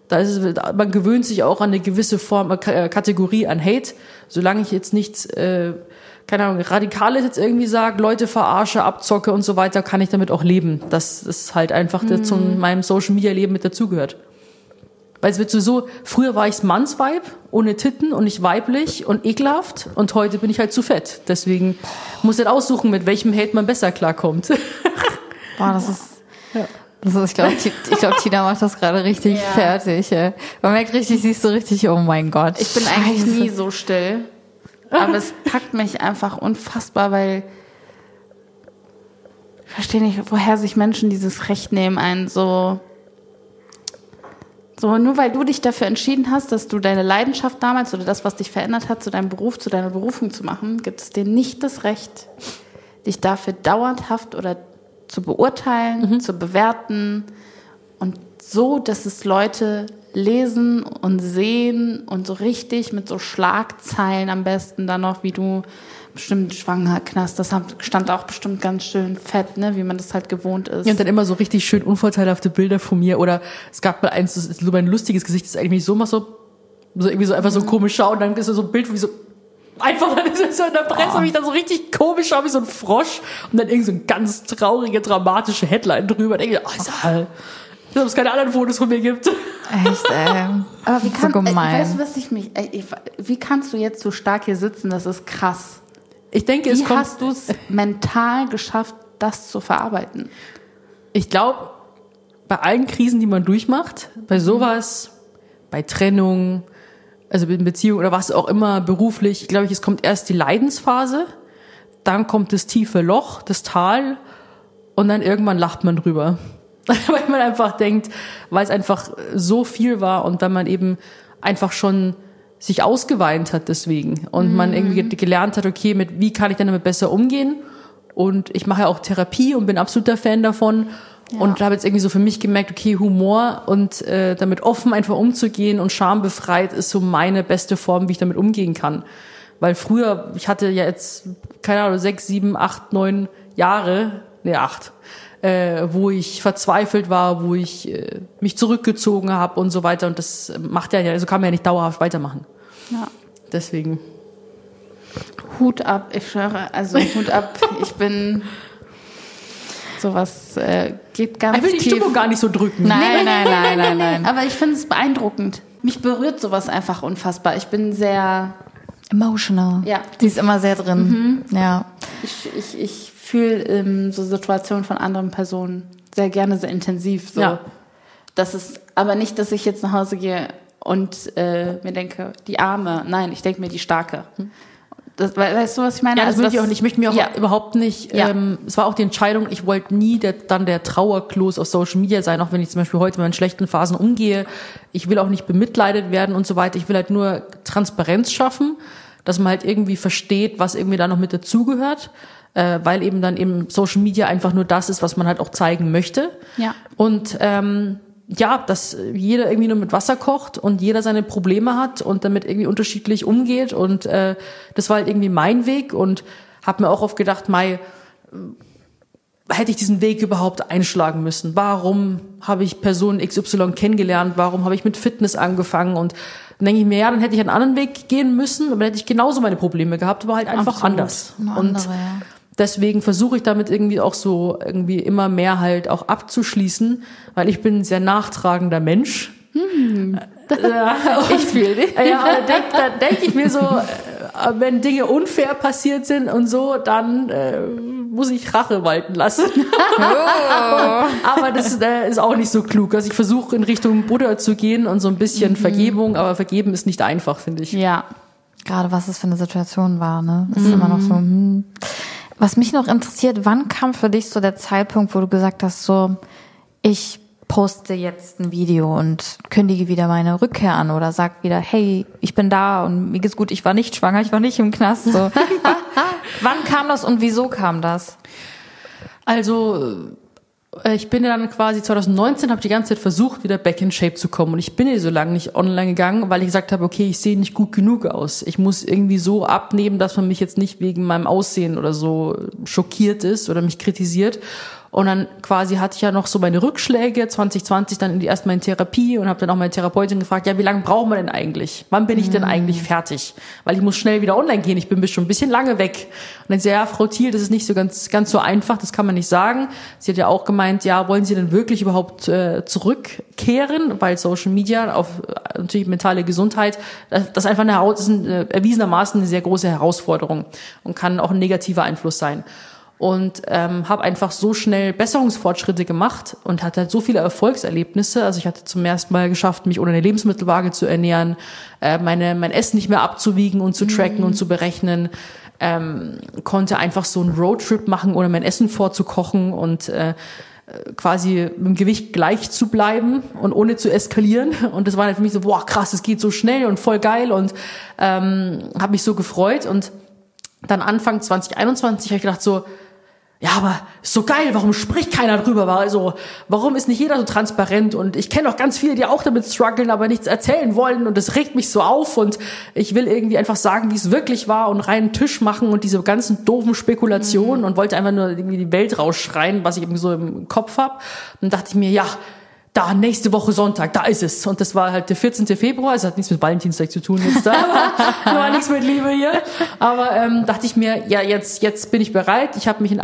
Speaker 4: man gewöhnt sich auch an eine gewisse Form, Kategorie an Hate. Solange ich jetzt nichts, keine Ahnung, Radikales jetzt irgendwie sage, Leute verarsche, abzocke und so weiter, kann ich damit auch leben. Das ist halt einfach zu meinem Social-Media-Leben mit dazugehört. Weil es wird so, früher war ich Mannsweib, ohne Titten und nicht weiblich und ekelhaft und heute bin ich halt zu fett. Deswegen muss ich halt aussuchen, mit welchem Hate man besser klarkommt.
Speaker 3: Boah, das ist... Ja. Ich glaube, Tina macht das gerade richtig fertig. Man merkt richtig, siehst du richtig, oh mein Gott.
Speaker 1: Ich bin eigentlich nie so still. Aber es packt mich einfach unfassbar, weil ich verstehe nicht, woher sich Menschen dieses Recht nehmen, einen so nur weil du dich dafür entschieden hast, dass du deine Leidenschaft damals oder das, was dich verändert hat, zu deinem Beruf, zu deiner Berufung zu machen, gibt es dir nicht das Recht, dich dafür dauerhaft oder zu beurteilen, zu bewerten und so, dass es Leute lesen und sehen und so richtig mit so Schlagzeilen am besten dann noch, wie du bestimmt schwanger knast. Das stand auch bestimmt ganz schön fett, ne, wie man das halt gewohnt ist.
Speaker 4: Ja, und dann immer so richtig schön unvorteilhafte Bilder von mir. Oder es gab mal eins, das ist so mein lustiges Gesicht, das ist eigentlich so, mach so irgendwie so einfach so komisch schauen. Und dann ist so ein Bild, wie so einfach, dann ist es so in der Presse, wie ich dann so richtig komisch schaue, wie so ein Frosch. Und dann irgend so eine ganz traurige, dramatische Headline drüber. Und denke ich, dass es keine anderen Fotos von mir gibt.
Speaker 3: Echt,
Speaker 1: Aber wie
Speaker 3: so gemein.
Speaker 1: Weißt du, was wie kannst du jetzt so stark hier sitzen? Das ist krass.
Speaker 4: Ich denke,
Speaker 1: Wie hast du es mental geschafft, das zu verarbeiten?
Speaker 4: Ich glaube, bei allen Krisen, die man durchmacht, bei sowas, bei Trennung, also in Beziehung oder was auch immer, beruflich, glaube ich, es kommt erst die Leidensphase, dann kommt das tiefe Loch, das Tal und dann irgendwann lacht man drüber. Weil man einfach denkt, weil es einfach so viel war und weil man eben einfach schon sich ausgeweint hat deswegen und man irgendwie gelernt hat, okay, wie kann ich denn damit besser umgehen? Und ich mache ja auch Therapie und bin absoluter Fan davon und habe jetzt irgendwie so für mich gemerkt, okay, Humor und damit offen einfach umzugehen und schambefreit ist so meine beste Form, wie ich damit umgehen kann. Weil früher, ich hatte ja jetzt, keine Ahnung, 6, 7, 8, 9 Jahre, 8, wo ich verzweifelt war, wo ich mich zurückgezogen habe und so weiter. Und das also kann man ja nicht dauerhaft weitermachen.
Speaker 1: Ja.
Speaker 4: Deswegen.
Speaker 1: Hut ab, ich schwöre, also Hut ab. Ich bin sowas geht ganz tief.
Speaker 4: Ich will die Stimmung gar nicht so drücken.
Speaker 3: Nein.
Speaker 1: Aber ich finde es beeindruckend. Mich berührt sowas einfach unfassbar. Ich bin sehr
Speaker 3: Emotional.
Speaker 1: Ja.
Speaker 3: Die ist immer sehr drin. Ja.
Speaker 1: Ich fühle so Situationen von anderen Personen sehr gerne, sehr intensiv. So.
Speaker 4: Ja.
Speaker 1: Das ist aber nicht, dass ich jetzt nach Hause gehe und mir denke, die Arme. Nein, ich denke mir, die Starke. Das, weißt du, was ich meine?
Speaker 4: Ja, das möchte ich auch nicht. Ich möchte mir auch überhaupt nicht,
Speaker 1: Ja.
Speaker 4: es war auch die Entscheidung, ich wollte nie der Trauerklos auf Social Media sein, auch wenn ich zum Beispiel heute mit schlechten Phasen umgehe. Ich will auch nicht bemitleidet werden und so weiter. Ich will halt nur Transparenz schaffen, dass man halt irgendwie versteht, was irgendwie da noch mit dazugehört, weil eben dann eben Social Media einfach nur das ist, was man halt auch zeigen möchte.
Speaker 1: Ja.
Speaker 4: Und dass jeder irgendwie nur mit Wasser kocht und jeder seine Probleme hat und damit irgendwie unterschiedlich umgeht. Und das war halt irgendwie mein Weg und habe mir auch oft gedacht, hätte ich diesen Weg überhaupt einschlagen müssen? Warum habe ich Person XY kennengelernt? Warum habe ich mit Fitness angefangen? Und dann denke ich mir, dann hätte ich einen anderen Weg gehen müssen, aber dann hätte ich genauso meine Probleme gehabt, aber halt einfach anders. Deswegen versuche ich damit irgendwie auch so irgendwie immer mehr halt auch abzuschließen, weil ich bin ein sehr nachtragender Mensch. Ich fühle dich. Ja, da denke ich mir so, wenn Dinge unfair passiert sind und so, dann muss ich Rache walten lassen. Aber das ist auch nicht so klug. Also ich versuche in Richtung Buddha zu gehen und so ein bisschen Vergebung, aber vergeben ist nicht einfach, finde ich.
Speaker 1: Ja.
Speaker 3: Gerade was es für eine Situation war, ne? Ist immer noch so, Was mich noch interessiert, wann kam für dich so der Zeitpunkt, wo du gesagt hast, so, ich poste jetzt ein Video und kündige wieder meine Rückkehr an oder sag wieder, hey, ich bin da und mir geht's gut, ich war nicht schwanger, ich war nicht im Knast. So. Wann kam das und wieso kam das?
Speaker 4: Also, ich bin ja dann quasi 2019, habe die ganze Zeit versucht, wieder back in shape zu kommen. Und ich bin ja so lange nicht online gegangen, weil ich gesagt habe, okay, ich sehe nicht gut genug aus. Ich muss irgendwie so abnehmen, dass man mich jetzt nicht wegen meinem Aussehen oder so schockiert ist oder mich kritisiert. Und dann quasi hatte ich ja noch so meine Rückschläge, 2020 dann erstmal in Therapie und habe dann auch meine Therapeutin gefragt, ja, wie lange braucht man denn eigentlich? Wann bin ich denn eigentlich fertig? Weil ich muss schnell wieder online gehen, ich bin schon ein bisschen lange weg. Und dann sie, ja, Frau Thiel, das ist nicht so ganz so einfach, das kann man nicht sagen. Sie hat ja auch gemeint, ja, wollen Sie denn wirklich überhaupt zurückkehren? Weil Social Media auf natürlich mentale Gesundheit, das einfach ist erwiesenermaßen eine sehr große Herausforderung und kann auch ein negativer Einfluss sein. Und habe einfach so schnell Besserungsfortschritte gemacht und hatte halt so viele Erfolgserlebnisse. Also ich hatte zum ersten Mal geschafft, mich ohne eine Lebensmittelwaage zu ernähren, mein Essen nicht mehr abzuwiegen und zu tracken und zu berechnen, konnte einfach so einen Roadtrip machen, ohne mein Essen vorzukochen und quasi mit dem Gewicht gleich zu bleiben und ohne zu eskalieren. Und das war halt für mich so, boah, krass, es geht so schnell und voll geil und habe mich so gefreut. Und dann Anfang 2021 habe ich gedacht so, ja, aber ist so geil, warum spricht keiner drüber? Also, warum ist nicht jeder so transparent? Und ich kenne auch ganz viele, die auch damit strugglen, aber nichts erzählen wollen und das regt mich so auf und ich will irgendwie einfach sagen, wie es wirklich war und reinen Tisch machen und diese ganzen doofen Spekulationen und wollte einfach nur irgendwie die Welt rausschreien, was ich eben so im Kopf habe. Und dachte ich mir, ja, da, nächste Woche Sonntag, da ist es. Und das war halt der 14. Februar, es hat nichts mit Valentinstag zu tun jetzt da, war nichts mit Liebe hier. Aber dachte ich mir, ja, jetzt bin ich bereit. Ich habe mich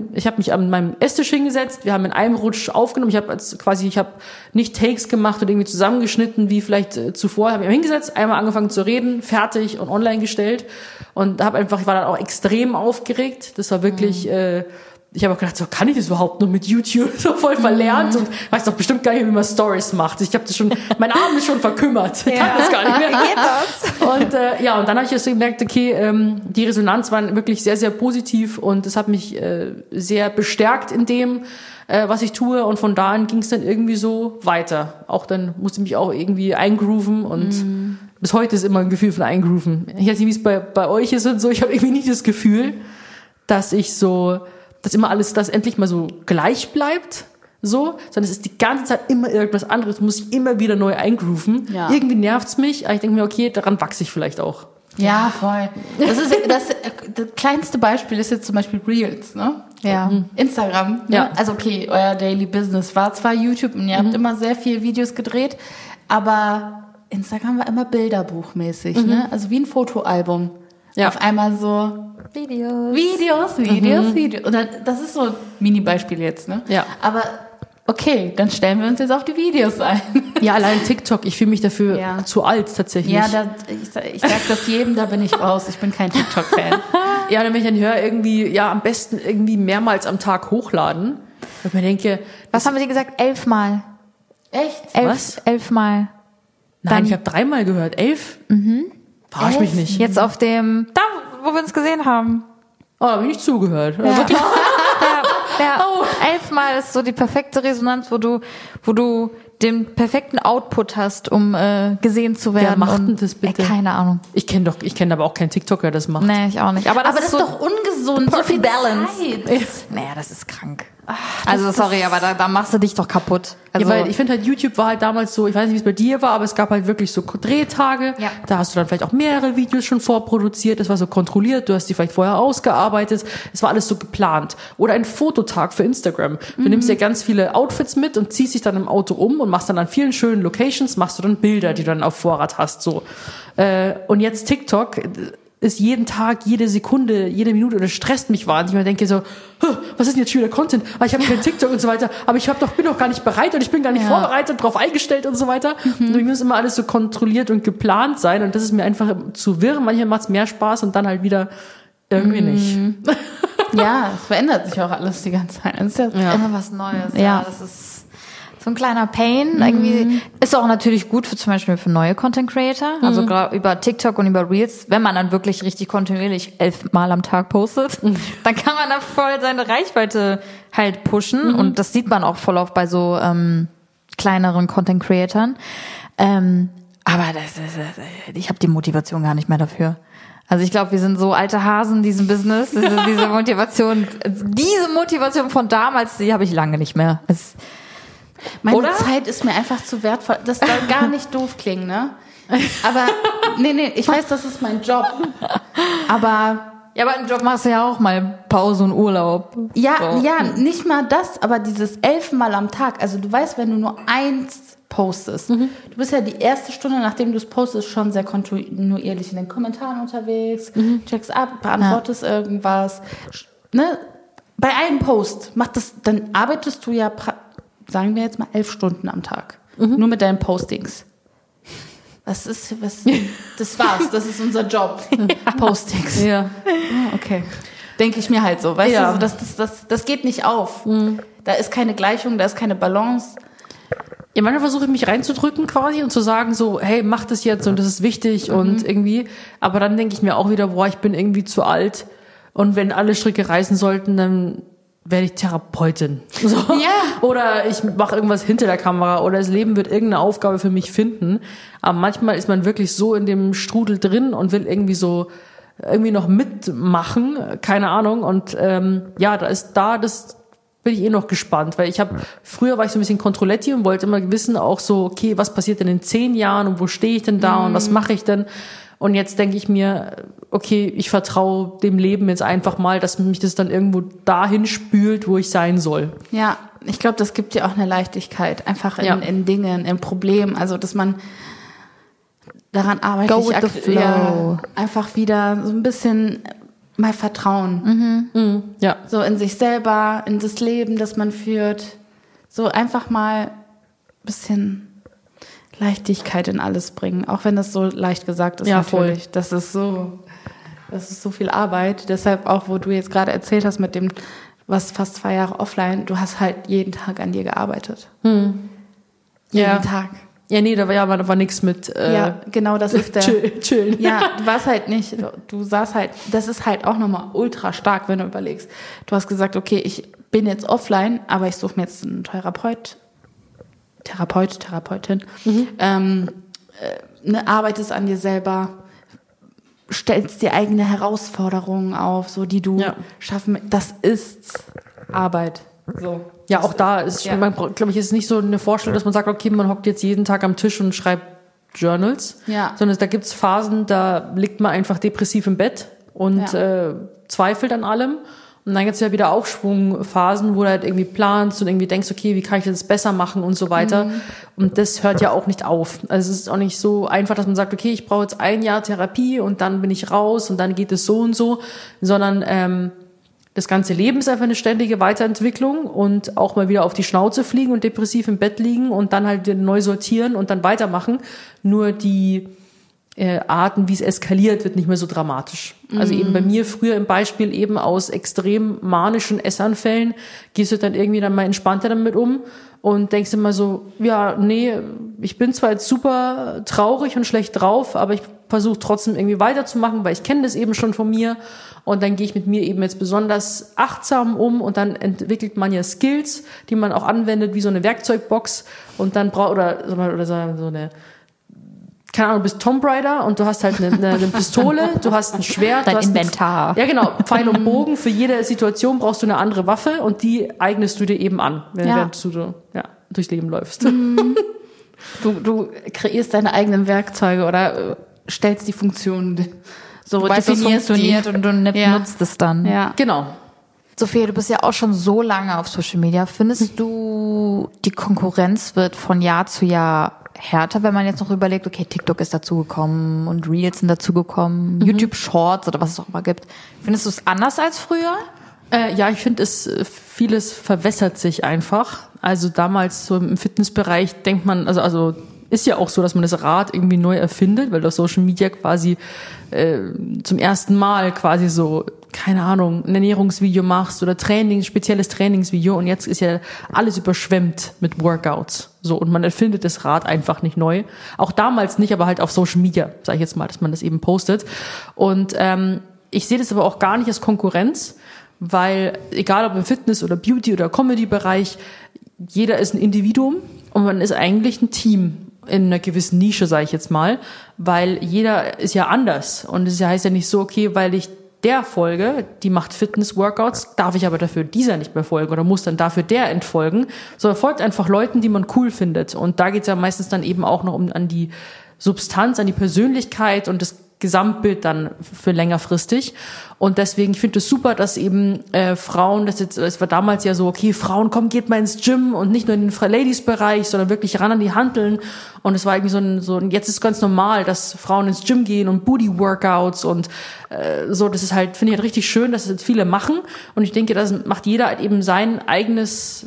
Speaker 4: an meinem Esstisch hingesetzt, wir haben in einem Rutsch aufgenommen, ich habe nicht Takes gemacht und irgendwie zusammengeschnitten, wie vielleicht zuvor, habe mich hingesetzt, einmal angefangen zu reden, fertig und online gestellt. Und ich war dann auch extrem aufgeregt. Das war wirklich... Ich habe auch gedacht, so kann ich das überhaupt noch mit YouTube? So voll verlernt und weiß doch bestimmt gar nicht, wie man Stories macht. Ich habe das schon, mein Arm ist schon verkümmert. Ich kann das gar nicht mehr.
Speaker 3: Geht das?
Speaker 4: Und und dann habe ich erst gemerkt, okay, die Resonanz war wirklich sehr, sehr positiv und es hat mich sehr bestärkt in dem, was ich tue. Und von da an ging es dann irgendwie so weiter. Auch dann musste ich mich auch irgendwie eingrooven und bis heute ist immer ein Gefühl von eingrooven. Ich weiß nicht, wie es bei euch ist und so. Ich habe irgendwie nicht das Gefühl, dass immer alles, dass endlich mal so gleich bleibt, so, sondern es ist die ganze Zeit immer irgendwas anderes, muss ich immer wieder neu eingrooven. Ja. Irgendwie nervt's mich, aber ich denke mir, okay, daran wachse ich vielleicht auch.
Speaker 1: Ja, voll. Das kleinste Beispiel ist jetzt zum Beispiel Reels, ne?
Speaker 3: Ja.
Speaker 1: Instagram. Ne?
Speaker 4: Ja.
Speaker 1: Also okay, euer Daily Business war zwar YouTube und ihr habt immer sehr viele Videos gedreht, aber Instagram war immer bilderbuchmäßig, ne? Also wie ein Fotoalbum. Ja. Auf einmal so Videos. Und dann, das ist so ein Mini-Beispiel jetzt, ne?
Speaker 4: Ja.
Speaker 1: Aber okay, dann stellen wir uns jetzt auf die Videos ein.
Speaker 4: Ja, allein TikTok, ich fühle mich dafür zu alt tatsächlich.
Speaker 1: Ja, ich sag das jedem, da bin ich raus. Ich bin kein TikTok-Fan.
Speaker 4: Ja, wenn ich dann höre, irgendwie, ja, am besten irgendwie mehrmals am Tag hochladen. Und ich mir denke...
Speaker 3: Was haben wir dir gesagt? 11 Mal.
Speaker 1: Echt?
Speaker 3: 11 Mal.
Speaker 4: Nein, ich habe 3 Mal gehört. 11? Verarsch mich nicht.
Speaker 3: Jetzt auf dem... Da, wo wir uns gesehen haben.
Speaker 4: Oh, da habe ich nicht zugehört.
Speaker 3: Ja. Ja, 11 Mal ist so die perfekte Resonanz, wo du den perfekten Output hast, um gesehen zu werden.
Speaker 4: Wer macht denn das bitte?
Speaker 3: Keine Ahnung.
Speaker 4: Ich kenne aber auch keinen TikToker, der das macht.
Speaker 3: Nee, ich auch nicht. Aber das ist
Speaker 1: so doch ungesund. So viel
Speaker 3: Balance.
Speaker 1: Zeit.
Speaker 3: Naja, das ist krank. Also sorry, aber da machst du dich doch kaputt. Also,
Speaker 4: ja, weil ich finde halt, YouTube war halt damals so, ich weiß nicht, wie es bei dir war, aber es gab halt wirklich so Drehtage. Ja. Da hast du dann vielleicht auch mehrere Videos schon vorproduziert. Das war so kontrolliert. Du hast die vielleicht vorher ausgearbeitet. Es war alles so geplant. Oder ein Fototag für Instagram. Du nimmst ja ganz viele Outfits mit und ziehst dich dann im Auto um und machst dann an vielen schönen Locations, machst du dann Bilder, die du dann auf Vorrat hast, so. Und jetzt TikTok ist jeden Tag, jede Sekunde, jede Minute, und das stresst mich wahnsinnig. Ich denke so, was ist denn jetzt schon wieder Content? Ich habe kein TikTok und so weiter, aber bin doch gar nicht bereit und ich bin gar nicht vorbereitet, drauf eingestellt und so weiter. Und mir muss immer alles so kontrolliert und geplant sein und das ist mir einfach zu wirr. Manchmal macht es mehr Spaß und dann halt wieder irgendwie nicht.
Speaker 1: Ja, es verändert sich auch alles die ganze Zeit. Es ist ja
Speaker 3: immer was Neues. Ja, das ist so ein kleiner Pain. Irgendwie ist auch natürlich gut zum Beispiel für neue Content Creator. Also gerade über TikTok und über Reels, wenn man dann wirklich richtig kontinuierlich 11 Mal am Tag postet, dann kann man da voll seine Reichweite halt pushen. Und das sieht man auch voll oft bei so kleineren Content Creatoren. Aber ich habe die Motivation gar nicht mehr dafür. Also ich glaube, wir sind so alte Hasen in diesem Business. Diese Motivation von damals, die habe ich lange nicht mehr.
Speaker 1: Meine Zeit ist mir einfach zu wertvoll. Das soll gar nicht doof klingen, ne? Aber, nee, ich weiß, das ist mein Job. Aber
Speaker 3: im Job machst du ja auch mal Pause und Urlaub.
Speaker 1: Ja, nicht mal das, aber dieses 11 Mal am Tag. Also du weißt, wenn du nur eins postest, du bist ja die erste Stunde, nachdem du es postest, schon sehr kontinuierlich in den Kommentaren unterwegs, checkst ab, beantwortest irgendwas. Ne? Bei einem Post dann arbeitest du ja sagen wir jetzt mal 11 Stunden am Tag. Nur mit deinen Postings. Das war's. Das ist unser Job. Postings.
Speaker 4: Ja.
Speaker 1: Okay. Denke ich mir halt so. Weißt du, so, das geht nicht auf. Da ist keine Gleichung, da ist keine Balance.
Speaker 4: Ja, manchmal versuche ich mich reinzudrücken quasi und zu sagen so, hey, mach das jetzt und das ist wichtig und irgendwie. Aber dann denke ich mir auch wieder, ich bin irgendwie zu alt. Und wenn alle Stricke reißen sollten, dann werde ich Therapeutin. So.
Speaker 1: Ja.
Speaker 4: Oder ich mache irgendwas hinter der Kamera oder das Leben wird irgendeine Aufgabe für mich finden. Aber manchmal ist man wirklich so in dem Strudel drin und will irgendwie so irgendwie noch mitmachen, keine Ahnung. Und das bin ich noch gespannt, weil früher war ich so ein bisschen Controletti und wollte immer wissen auch so, okay, was passiert denn in 10 Jahren und wo stehe ich denn da und was mache ich denn? Und jetzt denke ich mir, okay, ich vertraue dem Leben jetzt einfach mal, dass mich das dann irgendwo dahin spült, wo ich sein soll.
Speaker 1: Ja, ich glaube, das gibt dir auch eine Leichtigkeit, einfach in Dingen, in Problemen, also dass man daran arbeitet,
Speaker 3: Go with the flow.
Speaker 1: Einfach wieder so ein bisschen mal vertrauen.
Speaker 4: Ja.
Speaker 1: So in sich selber, in das Leben, das man führt. So einfach mal ein bisschen Leichtigkeit in alles bringen. Auch wenn das so leicht gesagt ist, natürlich. Voll. Das ist so viel Arbeit. Deshalb auch, wo du jetzt gerade erzählt hast mit dem, was fast 2 Jahre offline, du hast halt jeden Tag an dir gearbeitet. Jeden Tag.
Speaker 4: Ja, nee, da war nichts mit
Speaker 1: ja, genau, das ist der
Speaker 4: chillen.
Speaker 1: Ja, du warst halt nicht, du saßt halt, das ist halt auch nochmal ultra stark, wenn du überlegst. Du hast gesagt, okay, ich bin jetzt offline, aber ich suche mir jetzt einen Therapeutin, arbeitest an dir selber, stellst dir eigene Herausforderungen auf, so die du schaffen, das ist Arbeit. So.
Speaker 4: Ja, auch da ist, glaube ich, ist nicht so eine Vorstellung, dass man sagt, okay, man hockt jetzt jeden Tag am Tisch und schreibt Journals, sondern da gibt's Phasen, da liegt man einfach depressiv im Bett und zweifelt an allem. Und dann gibt's ja wieder Aufschwungphasen, wo du halt irgendwie planst und irgendwie denkst, okay, wie kann ich das besser machen und so weiter. Und das hört ja auch nicht auf. Also es ist auch nicht so einfach, dass man sagt, okay, ich brauche jetzt 1 Jahr Therapie und dann bin ich raus und dann geht es so und so, sondern das ganze Leben ist einfach eine ständige Weiterentwicklung und auch mal wieder auf die Schnauze fliegen und depressiv im Bett liegen und dann halt neu sortieren und dann weitermachen. Nur die Arten, wie es eskaliert, wird nicht mehr so dramatisch. Also eben bei mir früher im Beispiel eben aus extrem manischen Essanfällen gehst du dann irgendwie dann mal entspannter damit um und denkst immer so, ja, nee, ich bin zwar jetzt super traurig und schlecht drauf, aber ich versuche trotzdem irgendwie weiterzumachen, weil ich kenne das eben schon von mir und dann gehe ich mit mir eben jetzt besonders achtsam um und dann entwickelt man ja Skills, die man auch anwendet wie so eine Werkzeugbox und dann oder so eine, keine Ahnung, du bist Tomb Raider und du hast halt eine Pistole, du hast ein Schwert.
Speaker 3: Dein
Speaker 4: du hast
Speaker 3: Inventar.
Speaker 4: Ja, genau. Pfeil und Bogen. Für jede Situation brauchst du eine andere Waffe und die eignest du dir eben an, während du durchs Leben läufst.
Speaker 1: Du kreierst deine eigenen Werkzeuge oder stellst die Funktionen. So
Speaker 3: du weißt, was funktioniert und du nutzt es dann.
Speaker 1: Ja.
Speaker 4: Genau.
Speaker 3: Sophia, du bist ja auch schon so lange auf Social Media. Findest du, die Konkurrenz wird von Jahr zu Jahr härter, wenn man jetzt noch überlegt, okay, TikTok ist dazugekommen und Reels sind dazugekommen, YouTube Shorts oder was es auch immer gibt. Findest du es anders als früher?
Speaker 4: Ja, ich finde, vieles verwässert sich einfach. Also damals so im Fitnessbereich denkt man, also ist ja auch so, dass man das Rad irgendwie neu erfindet, weil du auf Social Media quasi zum ersten Mal quasi so, keine Ahnung, ein Ernährungsvideo machst oder spezielles Trainingsvideo und jetzt ist ja alles überschwemmt mit Workouts. So, und man erfindet das Rad einfach nicht neu. Auch damals nicht, aber halt auf Social Media, sage ich jetzt mal, dass man das eben postet. Und ich sehe das aber auch gar nicht als Konkurrenz, weil egal ob im Fitness- oder Beauty- oder Comedy-Bereich, jeder ist ein Individuum und man ist eigentlich ein Team in einer gewissen Nische, sage ich jetzt mal, weil jeder ist ja anders. Und es heißt ja nicht so, okay, weil ich der folge, die macht Fitness-Workouts, darf ich aber dafür dieser nicht mehr folgen oder muss dann dafür der entfolgen, sondern folgt einfach Leuten, die man cool findet. Und da geht's ja meistens dann eben auch noch an die Substanz, an die Persönlichkeit und das Gesamtbild dann für längerfristig. Und deswegen, ich finde es super, dass eben Frauen, es war damals ja so, okay, Frauen, komm, geht mal ins Gym und nicht nur in den Ladies-Bereich, sondern wirklich ran an die Hanteln. Und es war irgendwie so ein jetzt ist ganz normal, dass Frauen ins Gym gehen und Booty-Workouts und so, das ist halt, finde ich halt richtig schön, dass es jetzt viele machen. Und ich denke, das macht jeder halt eben sein eigenes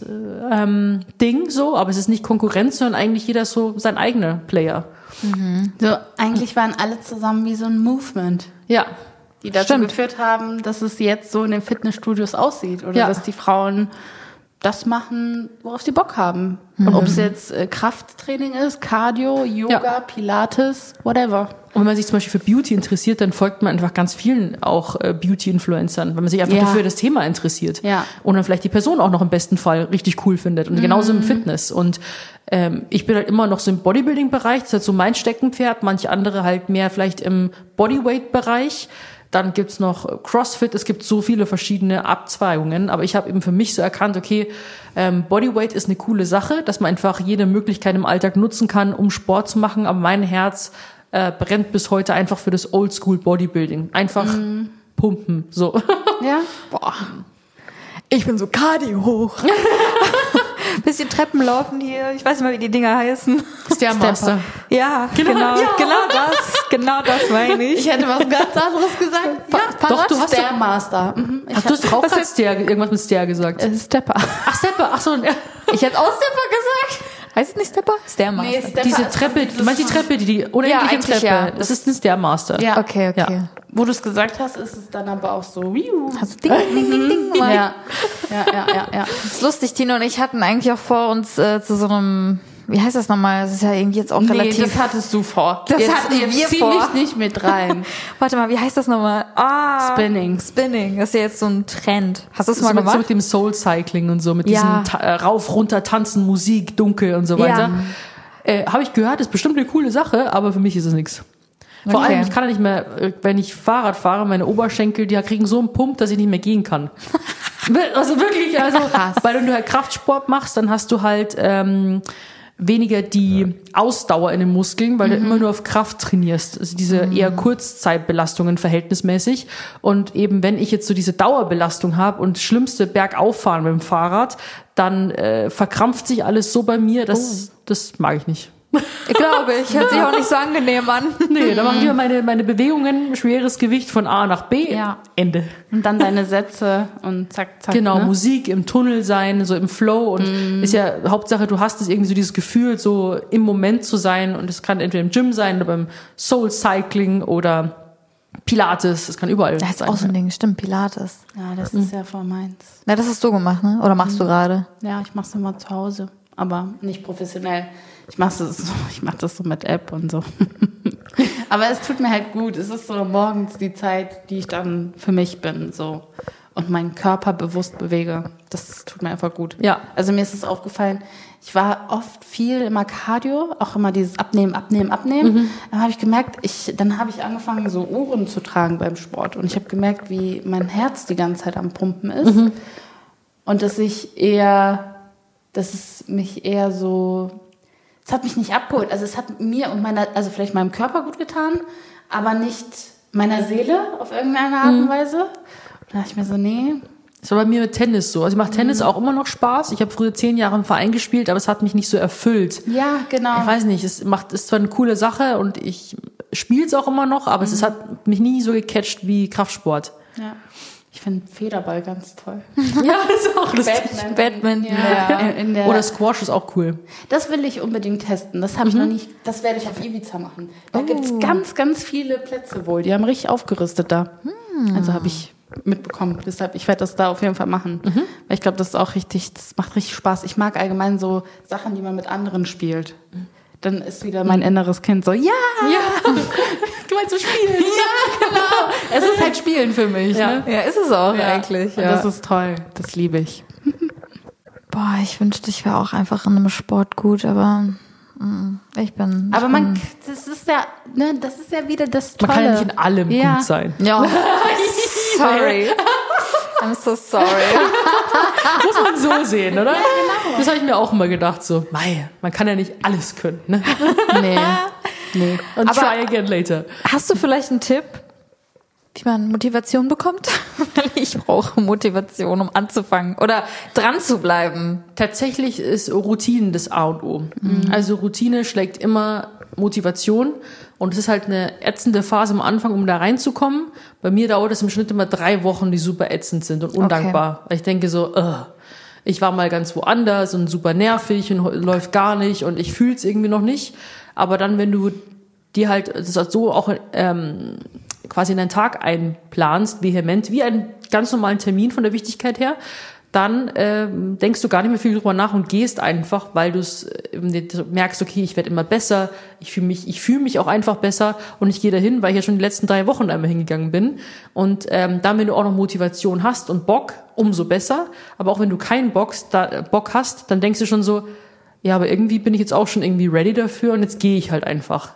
Speaker 4: Ding so, aber es ist nicht Konkurrenz, sondern eigentlich jeder so sein eigener Player.
Speaker 1: So, eigentlich waren alle zusammen wie so ein Movement.
Speaker 4: Ja.
Speaker 1: Die dazu geführt haben, dass es jetzt so in den Fitnessstudios aussieht. Oder dass die Frauen das machen, worauf sie Bock haben. Und ob es jetzt Krafttraining ist, Cardio, Yoga, Pilates, whatever.
Speaker 4: Und wenn man sich zum Beispiel für Beauty interessiert, dann folgt man einfach ganz vielen auch Beauty-Influencern, wenn man sich einfach dafür das Thema interessiert.
Speaker 1: Ja.
Speaker 4: Und dann vielleicht die Person auch noch im besten Fall richtig cool findet. Und genauso im Fitness. Und ich bin halt immer noch so im Bodybuilding-Bereich, das ist halt so mein Steckenpferd. Manche andere halt mehr vielleicht im Bodyweight-Bereich. Dann gibt's noch CrossFit. Es gibt so viele verschiedene Abzweigungen. Aber ich habe eben für mich so erkannt, okay, Bodyweight ist eine coole Sache, dass man einfach jede Möglichkeit im Alltag nutzen kann, um Sport zu machen. Aber mein Herz brennt bis heute einfach für das Oldschool Bodybuilding. Einfach pumpen, so.
Speaker 1: Ja?
Speaker 3: Boah. Ich bin so Cardio hoch. Bisschen Treppen laufen hier. Ich weiß nicht mal, wie die Dinger heißen.
Speaker 4: Stairmaster.
Speaker 3: Ja, genau das meine ich.
Speaker 1: Ich hätte was ganz anderes gesagt.
Speaker 4: Doch, du hast
Speaker 1: Stairmaster.
Speaker 4: Ach, du hast auch gerade irgendwas mit Stair gesagt.
Speaker 1: Stepper.
Speaker 4: Ach, Stepper. Ach so.
Speaker 3: Ich hätte auch Stepper gesagt. Heißt es nicht Stepper? Stairmaster.
Speaker 1: Nee, Stepper
Speaker 4: Diese Treppe, du meinst die Treppe, die unendliche
Speaker 3: eigentlich
Speaker 4: Treppe.
Speaker 3: ja.
Speaker 4: Das ist ein Stairmaster.
Speaker 1: Ja.
Speaker 3: Okay.
Speaker 4: Ja.
Speaker 1: Wo du es gesagt hast, ist es dann aber auch so.
Speaker 3: Hast du Ding gemacht?
Speaker 1: Ja.
Speaker 3: Das ist lustig, Tino und ich hatten eigentlich auch vor, uns zu so einem, wie heißt das nochmal? Das ist ja irgendwie jetzt auch
Speaker 1: Nee,
Speaker 3: relativ.
Speaker 1: das hattest du vor.
Speaker 3: Das
Speaker 1: jetzt,
Speaker 3: hatten wir
Speaker 1: jetzt zieh
Speaker 3: vor.
Speaker 1: mich nicht mit rein.
Speaker 3: Warte mal, wie heißt das nochmal?
Speaker 1: Spinning.
Speaker 3: Spinning. Das ist ja jetzt so ein Trend. Hast du das mal
Speaker 4: So
Speaker 3: gemacht?
Speaker 4: mit dem Soul Cycling und so, mit
Speaker 3: Ja.
Speaker 4: diesem rauf, runter, tanzen, Musik, dunkel und so weiter. Habe ich gehört, ist bestimmt eine coole Sache, aber für mich ist es nichts. Vor
Speaker 3: Okay.
Speaker 4: allem, ich kann ja nicht mehr, wenn ich Fahrrad fahre, meine Oberschenkel, die kriegen so einen Pump, dass ich nicht mehr gehen kann. Also wirklich, weil wenn du halt Kraftsport machst, dann hast du halt weniger die Ausdauer in den Muskeln, weil du immer nur auf Kraft trainierst. Also diese eher Kurzzeitbelastungen verhältnismäßig. Und eben wenn ich jetzt so diese Dauerbelastung habe und schlimmste Bergauffahren mit dem Fahrrad, dann verkrampft sich alles so bei mir, das mag ich nicht.
Speaker 3: Ich glaube, hört sich auch nicht so angenehm an.
Speaker 4: Nee, da mache ich immer meine Bewegungen, schweres Gewicht von A nach B,
Speaker 1: Ja.
Speaker 4: Ende.
Speaker 1: Und dann deine Sätze und zack, zack.
Speaker 4: Genau,
Speaker 1: ne?
Speaker 4: Musik im Tunnel sein, so im Flow und ist ja Hauptsache, du hast es irgendwie so dieses Gefühl, so im Moment zu sein und es kann entweder im Gym sein oder beim Soul Cycling oder Pilates, es kann überall
Speaker 3: Das ist
Speaker 4: sein.
Speaker 3: auch so ein Ding, stimmt, Pilates.
Speaker 1: Ja, das ist ja voll meins.
Speaker 3: Na, das hast du gemacht, ne? Oder machst du gerade?
Speaker 1: Ja, ich mach's immer zu Hause, aber nicht professionell. Ich mach das so mit App und so. Aber es tut mir halt gut. Es ist so morgens die Zeit, die ich dann für mich bin, so. Und meinen Körper bewusst bewege. Das tut mir einfach gut.
Speaker 4: Ja.
Speaker 1: Also mir ist es aufgefallen, ich war oft viel immer Cardio, auch immer dieses Abnehmen. Dann habe ich gemerkt, dann habe ich angefangen, so Uhren zu tragen beim Sport. Und ich habe gemerkt, wie mein Herz die ganze Zeit am Pumpen ist. Und dass es mich eher so, es hat mich nicht abgeholt. Also es hat mir und also vielleicht meinem Körper gut getan, aber nicht meiner Seele auf irgendeine Art und Weise. Und da dachte ich mir so, nee.
Speaker 4: Das war bei mir mit Tennis so. Also ich mache Tennis auch immer noch Spaß. Ich habe früher 10 Jahre im Verein gespielt, aber es hat mich nicht so erfüllt.
Speaker 1: Ja, genau.
Speaker 4: Ich weiß nicht, es ist zwar eine coole Sache und ich spiele es auch immer noch, aber es hat mich nie so gecatcht wie Kraftsport.
Speaker 1: Ja. Ich finde Federball ganz toll.
Speaker 4: Ja, das ist auch lustig.
Speaker 3: Badminton,
Speaker 1: Ja.
Speaker 4: Oder Squash ist auch cool.
Speaker 1: Das will ich unbedingt testen. Das habe ich noch nicht. Das werde ich auf Ibiza machen. Da gibt's ganz, ganz viele Plätze wohl. Die haben richtig aufgerüstet da. Also habe ich mitbekommen. Deshalb, ich werde das da auf jeden Fall machen. Weil ich glaube, das macht richtig Spaß. Ich mag allgemein so Sachen, die man mit anderen spielt. Dann ist wieder mein inneres Kind so, ja, du meinst so spielen. Ja, genau. Es ist halt Spielen für mich.
Speaker 4: Ja.
Speaker 1: Ne?
Speaker 3: Ja, ist es auch eigentlich.
Speaker 1: Und das ist toll. Das liebe ich.
Speaker 3: Boah, ich wünschte, ich wäre auch einfach in einem Sport gut, aber
Speaker 1: Aber das ist ja wieder das Tolle.
Speaker 4: Man kann ja nicht in allem gut sein.
Speaker 3: Ja. Sorry. I'm so sorry.
Speaker 4: Muss man so sehen, oder? Ja, genau. Das habe ich mir auch immer gedacht, so, mei, man kann ja nicht alles können, ne?
Speaker 1: Nee.
Speaker 4: Und
Speaker 3: Aber-
Speaker 4: try again later.
Speaker 3: Hast du vielleicht einen Tipp, wie man Motivation bekommt? Ich brauche Motivation, um anzufangen oder dran zu bleiben.
Speaker 4: Tatsächlich ist Routine das A und O. Also Routine schlägt immer Motivation und es ist halt eine ätzende Phase am Anfang, um da reinzukommen. Bei mir dauert es im Schnitt immer 3 Wochen, die super ätzend sind und undankbar. Weil ich denke so, ich war mal ganz woanders und super nervig und läuft gar nicht und ich fühle es irgendwie noch nicht. Aber dann, wenn du dir halt das so auch quasi in deinen Tag einplanst, vehement, wie einen ganz normalen Termin von der Wichtigkeit her, dann denkst du gar nicht mehr viel drüber nach und gehst einfach, weil du merkst, okay, ich werde immer besser, ich fühle mich auch einfach besser und ich gehe dahin, weil ich ja schon die letzten 3 Wochen einmal hingegangen bin. Und dann, wenn du auch noch Motivation hast und Bock, umso besser. Aber auch wenn du keinen Bock hast, dann denkst du schon so, ja, aber irgendwie bin ich jetzt auch schon irgendwie ready dafür und jetzt gehe ich halt einfach.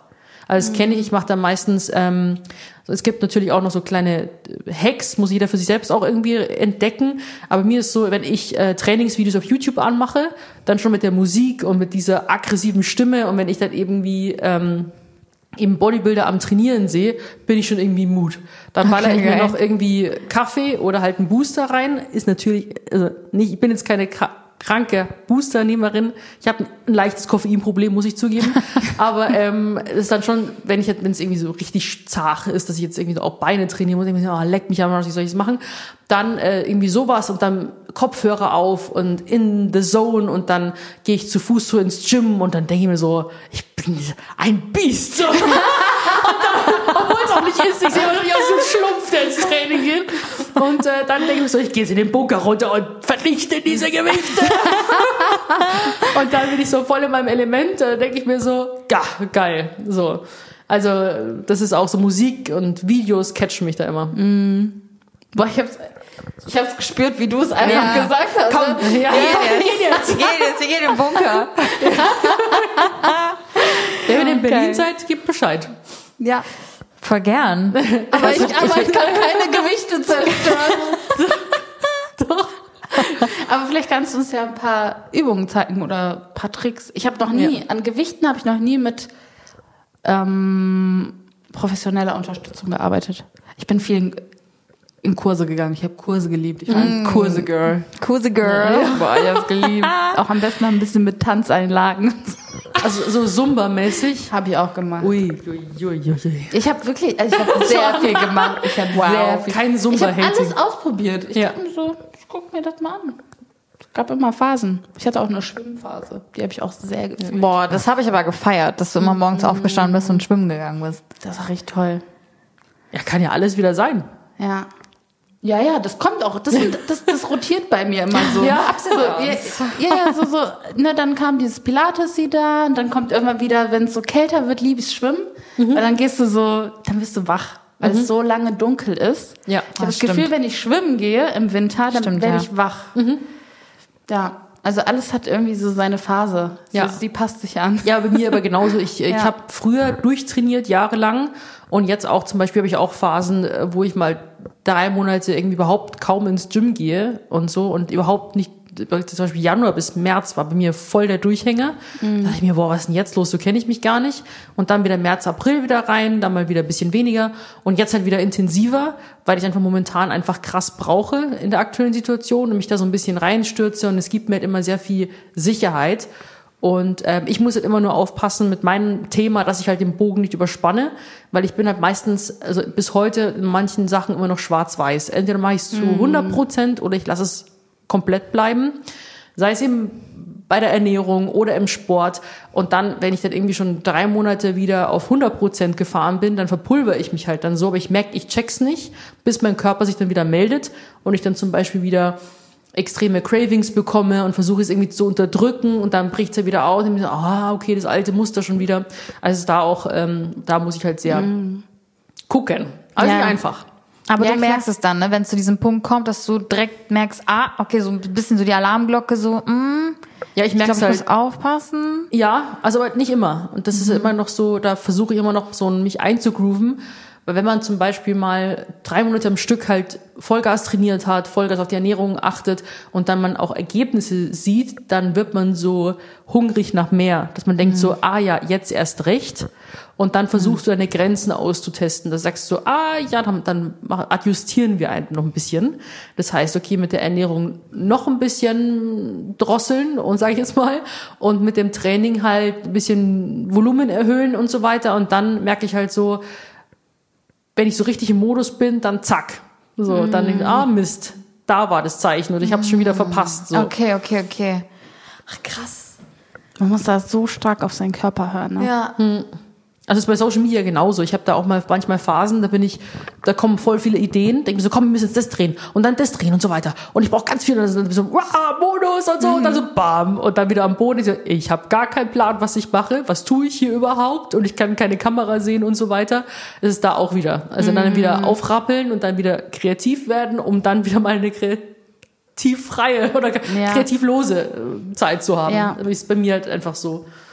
Speaker 4: Also das kenne ich mache da meistens, es gibt natürlich auch noch so kleine Hacks, muss jeder für sich selbst auch irgendwie entdecken. Aber mir ist so, wenn ich Trainingsvideos auf YouTube anmache, dann schon mit der Musik und mit dieser aggressiven Stimme und wenn ich dann irgendwie eben Bodybuilder am Trainieren sehe, bin ich schon irgendwie im Mut. Dann baller ich mir noch irgendwie Kaffee oder halt einen Booster rein. Ist natürlich, also nicht, ich bin jetzt keine kranke Boosternehmerin. Ich habe ein leichtes Koffeinproblem, muss ich zugeben. Aber es ist dann schon, wenn es irgendwie so richtig zart ist, dass ich jetzt irgendwie auch Beine trainieren muss, ich mir leck mich am Arsch, wie soll ich das machen? Dann irgendwie sowas und dann Kopfhörer auf und in the zone und dann gehe ich zu Fuß so ins Gym und dann denke ich mir so, ich bin ein Biest. So. Obwohl es auch nicht ist, ich sehe immer nicht aus so ein Schlumpf, der ins Training geht. Und dann denke ich mir so, ich gehe jetzt in den Bunker runter und vernichte diese Gewichte. Und dann bin ich so voll in meinem Element, denke ich mir so, geil. So. Also das ist auch so Musik und Videos catchen mich da immer.
Speaker 1: Boah, ich hab's gespürt, wie du es einfach gesagt hast.
Speaker 4: Komm,
Speaker 3: Wir gehen in den Bunker.
Speaker 4: Wenn ihr in Berlin seid, gebt Bescheid.
Speaker 1: Ja.
Speaker 3: Voll gern.
Speaker 1: Aber ich kann keine Gewichte zerstören. Doch. Aber vielleicht kannst du uns ja ein paar Übungen zeigen oder ein paar Tricks. Ich habe noch nie, an Gewichten habe ich noch nie mit professioneller Unterstützung gearbeitet. Ich bin viel in Kurse gegangen. Ich habe Kurse geliebt. Ich war ein Kurse-Girl.
Speaker 3: Kurse-Girl.
Speaker 1: Boah, ich hab's geliebt. Auch am besten noch ein bisschen mit Tanzeinlagen.
Speaker 4: Also so Zumba-mäßig.
Speaker 1: Habe ich auch gemacht.
Speaker 4: Ui.
Speaker 1: Ich habe wirklich, ich habe sehr viel gemacht. Ich habe sehr viel.
Speaker 4: Kein
Speaker 1: Ich habe
Speaker 4: Zumba-Hating.
Speaker 1: alles ausprobiert. Ich dachte mir so, ich guck mir das mal an. Es gab immer Phasen. Ich hatte auch eine Schwimmphase. Die habe ich auch sehr gefühlt.
Speaker 3: Boah, das habe ich aber gefeiert, dass du immer morgens aufgestanden bist und schwimmen gegangen bist.
Speaker 1: Das war richtig toll.
Speaker 4: Ja, kann ja alles wieder sein.
Speaker 1: Ja. Ja, das kommt auch. Das rotiert bei mir immer so.
Speaker 4: Ja, absolut.
Speaker 1: So, ne, dann kam dieses Pilates wieder und dann kommt irgendwann wieder, wenn es so kälter wird, liebe ich Schwimmen. Weil dann gehst du so, dann wirst du wach, weil es so lange dunkel ist.
Speaker 4: Ja,
Speaker 1: ich habe das Gefühl, wenn ich schwimmen gehe im Winter, dann werde ich wach. Ja, also alles hat irgendwie so seine Phase.
Speaker 4: Ja.
Speaker 1: Die passt sich an.
Speaker 4: Ja, bei mir aber genauso. Ich habe früher durchtrainiert, jahrelang. Und jetzt auch zum Beispiel habe ich auch Phasen, wo ich mal 3 Monate irgendwie überhaupt kaum ins Gym gehe und so und überhaupt nicht, zum Beispiel Januar bis März war bei mir voll der Durchhänger. Da dachte ich mir, boah, was ist denn jetzt los? So kenne ich mich gar nicht. Und dann wieder März, April wieder rein, dann mal wieder ein bisschen weniger und jetzt halt wieder intensiver, weil ich einfach momentan einfach krass brauche in der aktuellen Situation und mich da so ein bisschen reinstürze und es gibt mir halt immer sehr viel Sicherheit. Und ich muss halt immer nur aufpassen mit meinem Thema, dass ich halt den Bogen nicht überspanne, weil ich bin halt meistens, also bis heute in manchen Sachen immer noch schwarz-weiß. Entweder mache ich es zu 100% oder ich lasse es komplett bleiben. Sei es eben bei der Ernährung oder im Sport. Und dann, wenn ich dann irgendwie schon 3 Monate wieder auf 100% gefahren bin, dann verpulver ich mich halt dann so. Aber ich merke, ich check's nicht, bis mein Körper sich dann wieder meldet und ich dann zum Beispiel wieder extreme Cravings bekomme und versuche es irgendwie zu unterdrücken und dann bricht es ja wieder aus und ich so, okay, das alte Muster schon wieder. Also da auch, da muss ich halt sehr gucken. Also nicht einfach.
Speaker 3: Aber
Speaker 1: Ja,
Speaker 3: du merkst es dann, ne, wenn es zu diesem Punkt kommt, dass du direkt merkst, okay, so ein bisschen so die Alarmglocke so,
Speaker 4: Ja, ich merke es
Speaker 3: ich
Speaker 4: halt.
Speaker 3: muss aufpassen.
Speaker 4: Ja, also aber nicht immer. Und das ist immer noch so, da versuche ich immer noch so mich einzugrooven. Weil wenn man zum Beispiel mal 3 Monate am Stück halt Vollgas trainiert hat, Vollgas auf die Ernährung achtet und dann man auch Ergebnisse sieht, dann wird man so hungrig nach mehr. Dass man denkt so, ja, jetzt erst recht. Und dann versuchst du deine Grenzen auszutesten. Da sagst du, dann adjustieren wir noch ein bisschen. Das heißt, okay, mit der Ernährung noch ein bisschen drosseln und sage ich jetzt mal und mit dem Training halt ein bisschen Volumen erhöhen und so weiter. Und dann merke ich halt so, wenn ich so richtig im Modus bin, dann zack. So, dann denke ich, Mist, da war das Zeichen oder ich habe es schon wieder verpasst. So.
Speaker 3: Okay. Ach, krass.
Speaker 1: Man muss da so stark auf seinen Körper hören. Ne?
Speaker 3: Ja.
Speaker 4: Also es ist bei Social Media genauso. Ich habe da auch manchmal Phasen, da kommen voll viele Ideen, denke mir so, komm, wir müssen jetzt das drehen und dann das drehen und so weiter. Und ich brauche ganz viel, und dann so, Modus und so, und dann so, bam, und dann wieder am Boden. Ich habe gar keinen Plan, was ich mache, was tue ich hier überhaupt und ich kann keine Kamera sehen und so weiter. Das ist da auch wieder. Also dann wieder aufrappeln und dann wieder kreativ werden, um dann wieder mal eine kreativfreie oder kreativlose Zeit zu haben.
Speaker 1: Ja.
Speaker 4: Das ist bei mir halt einfach so.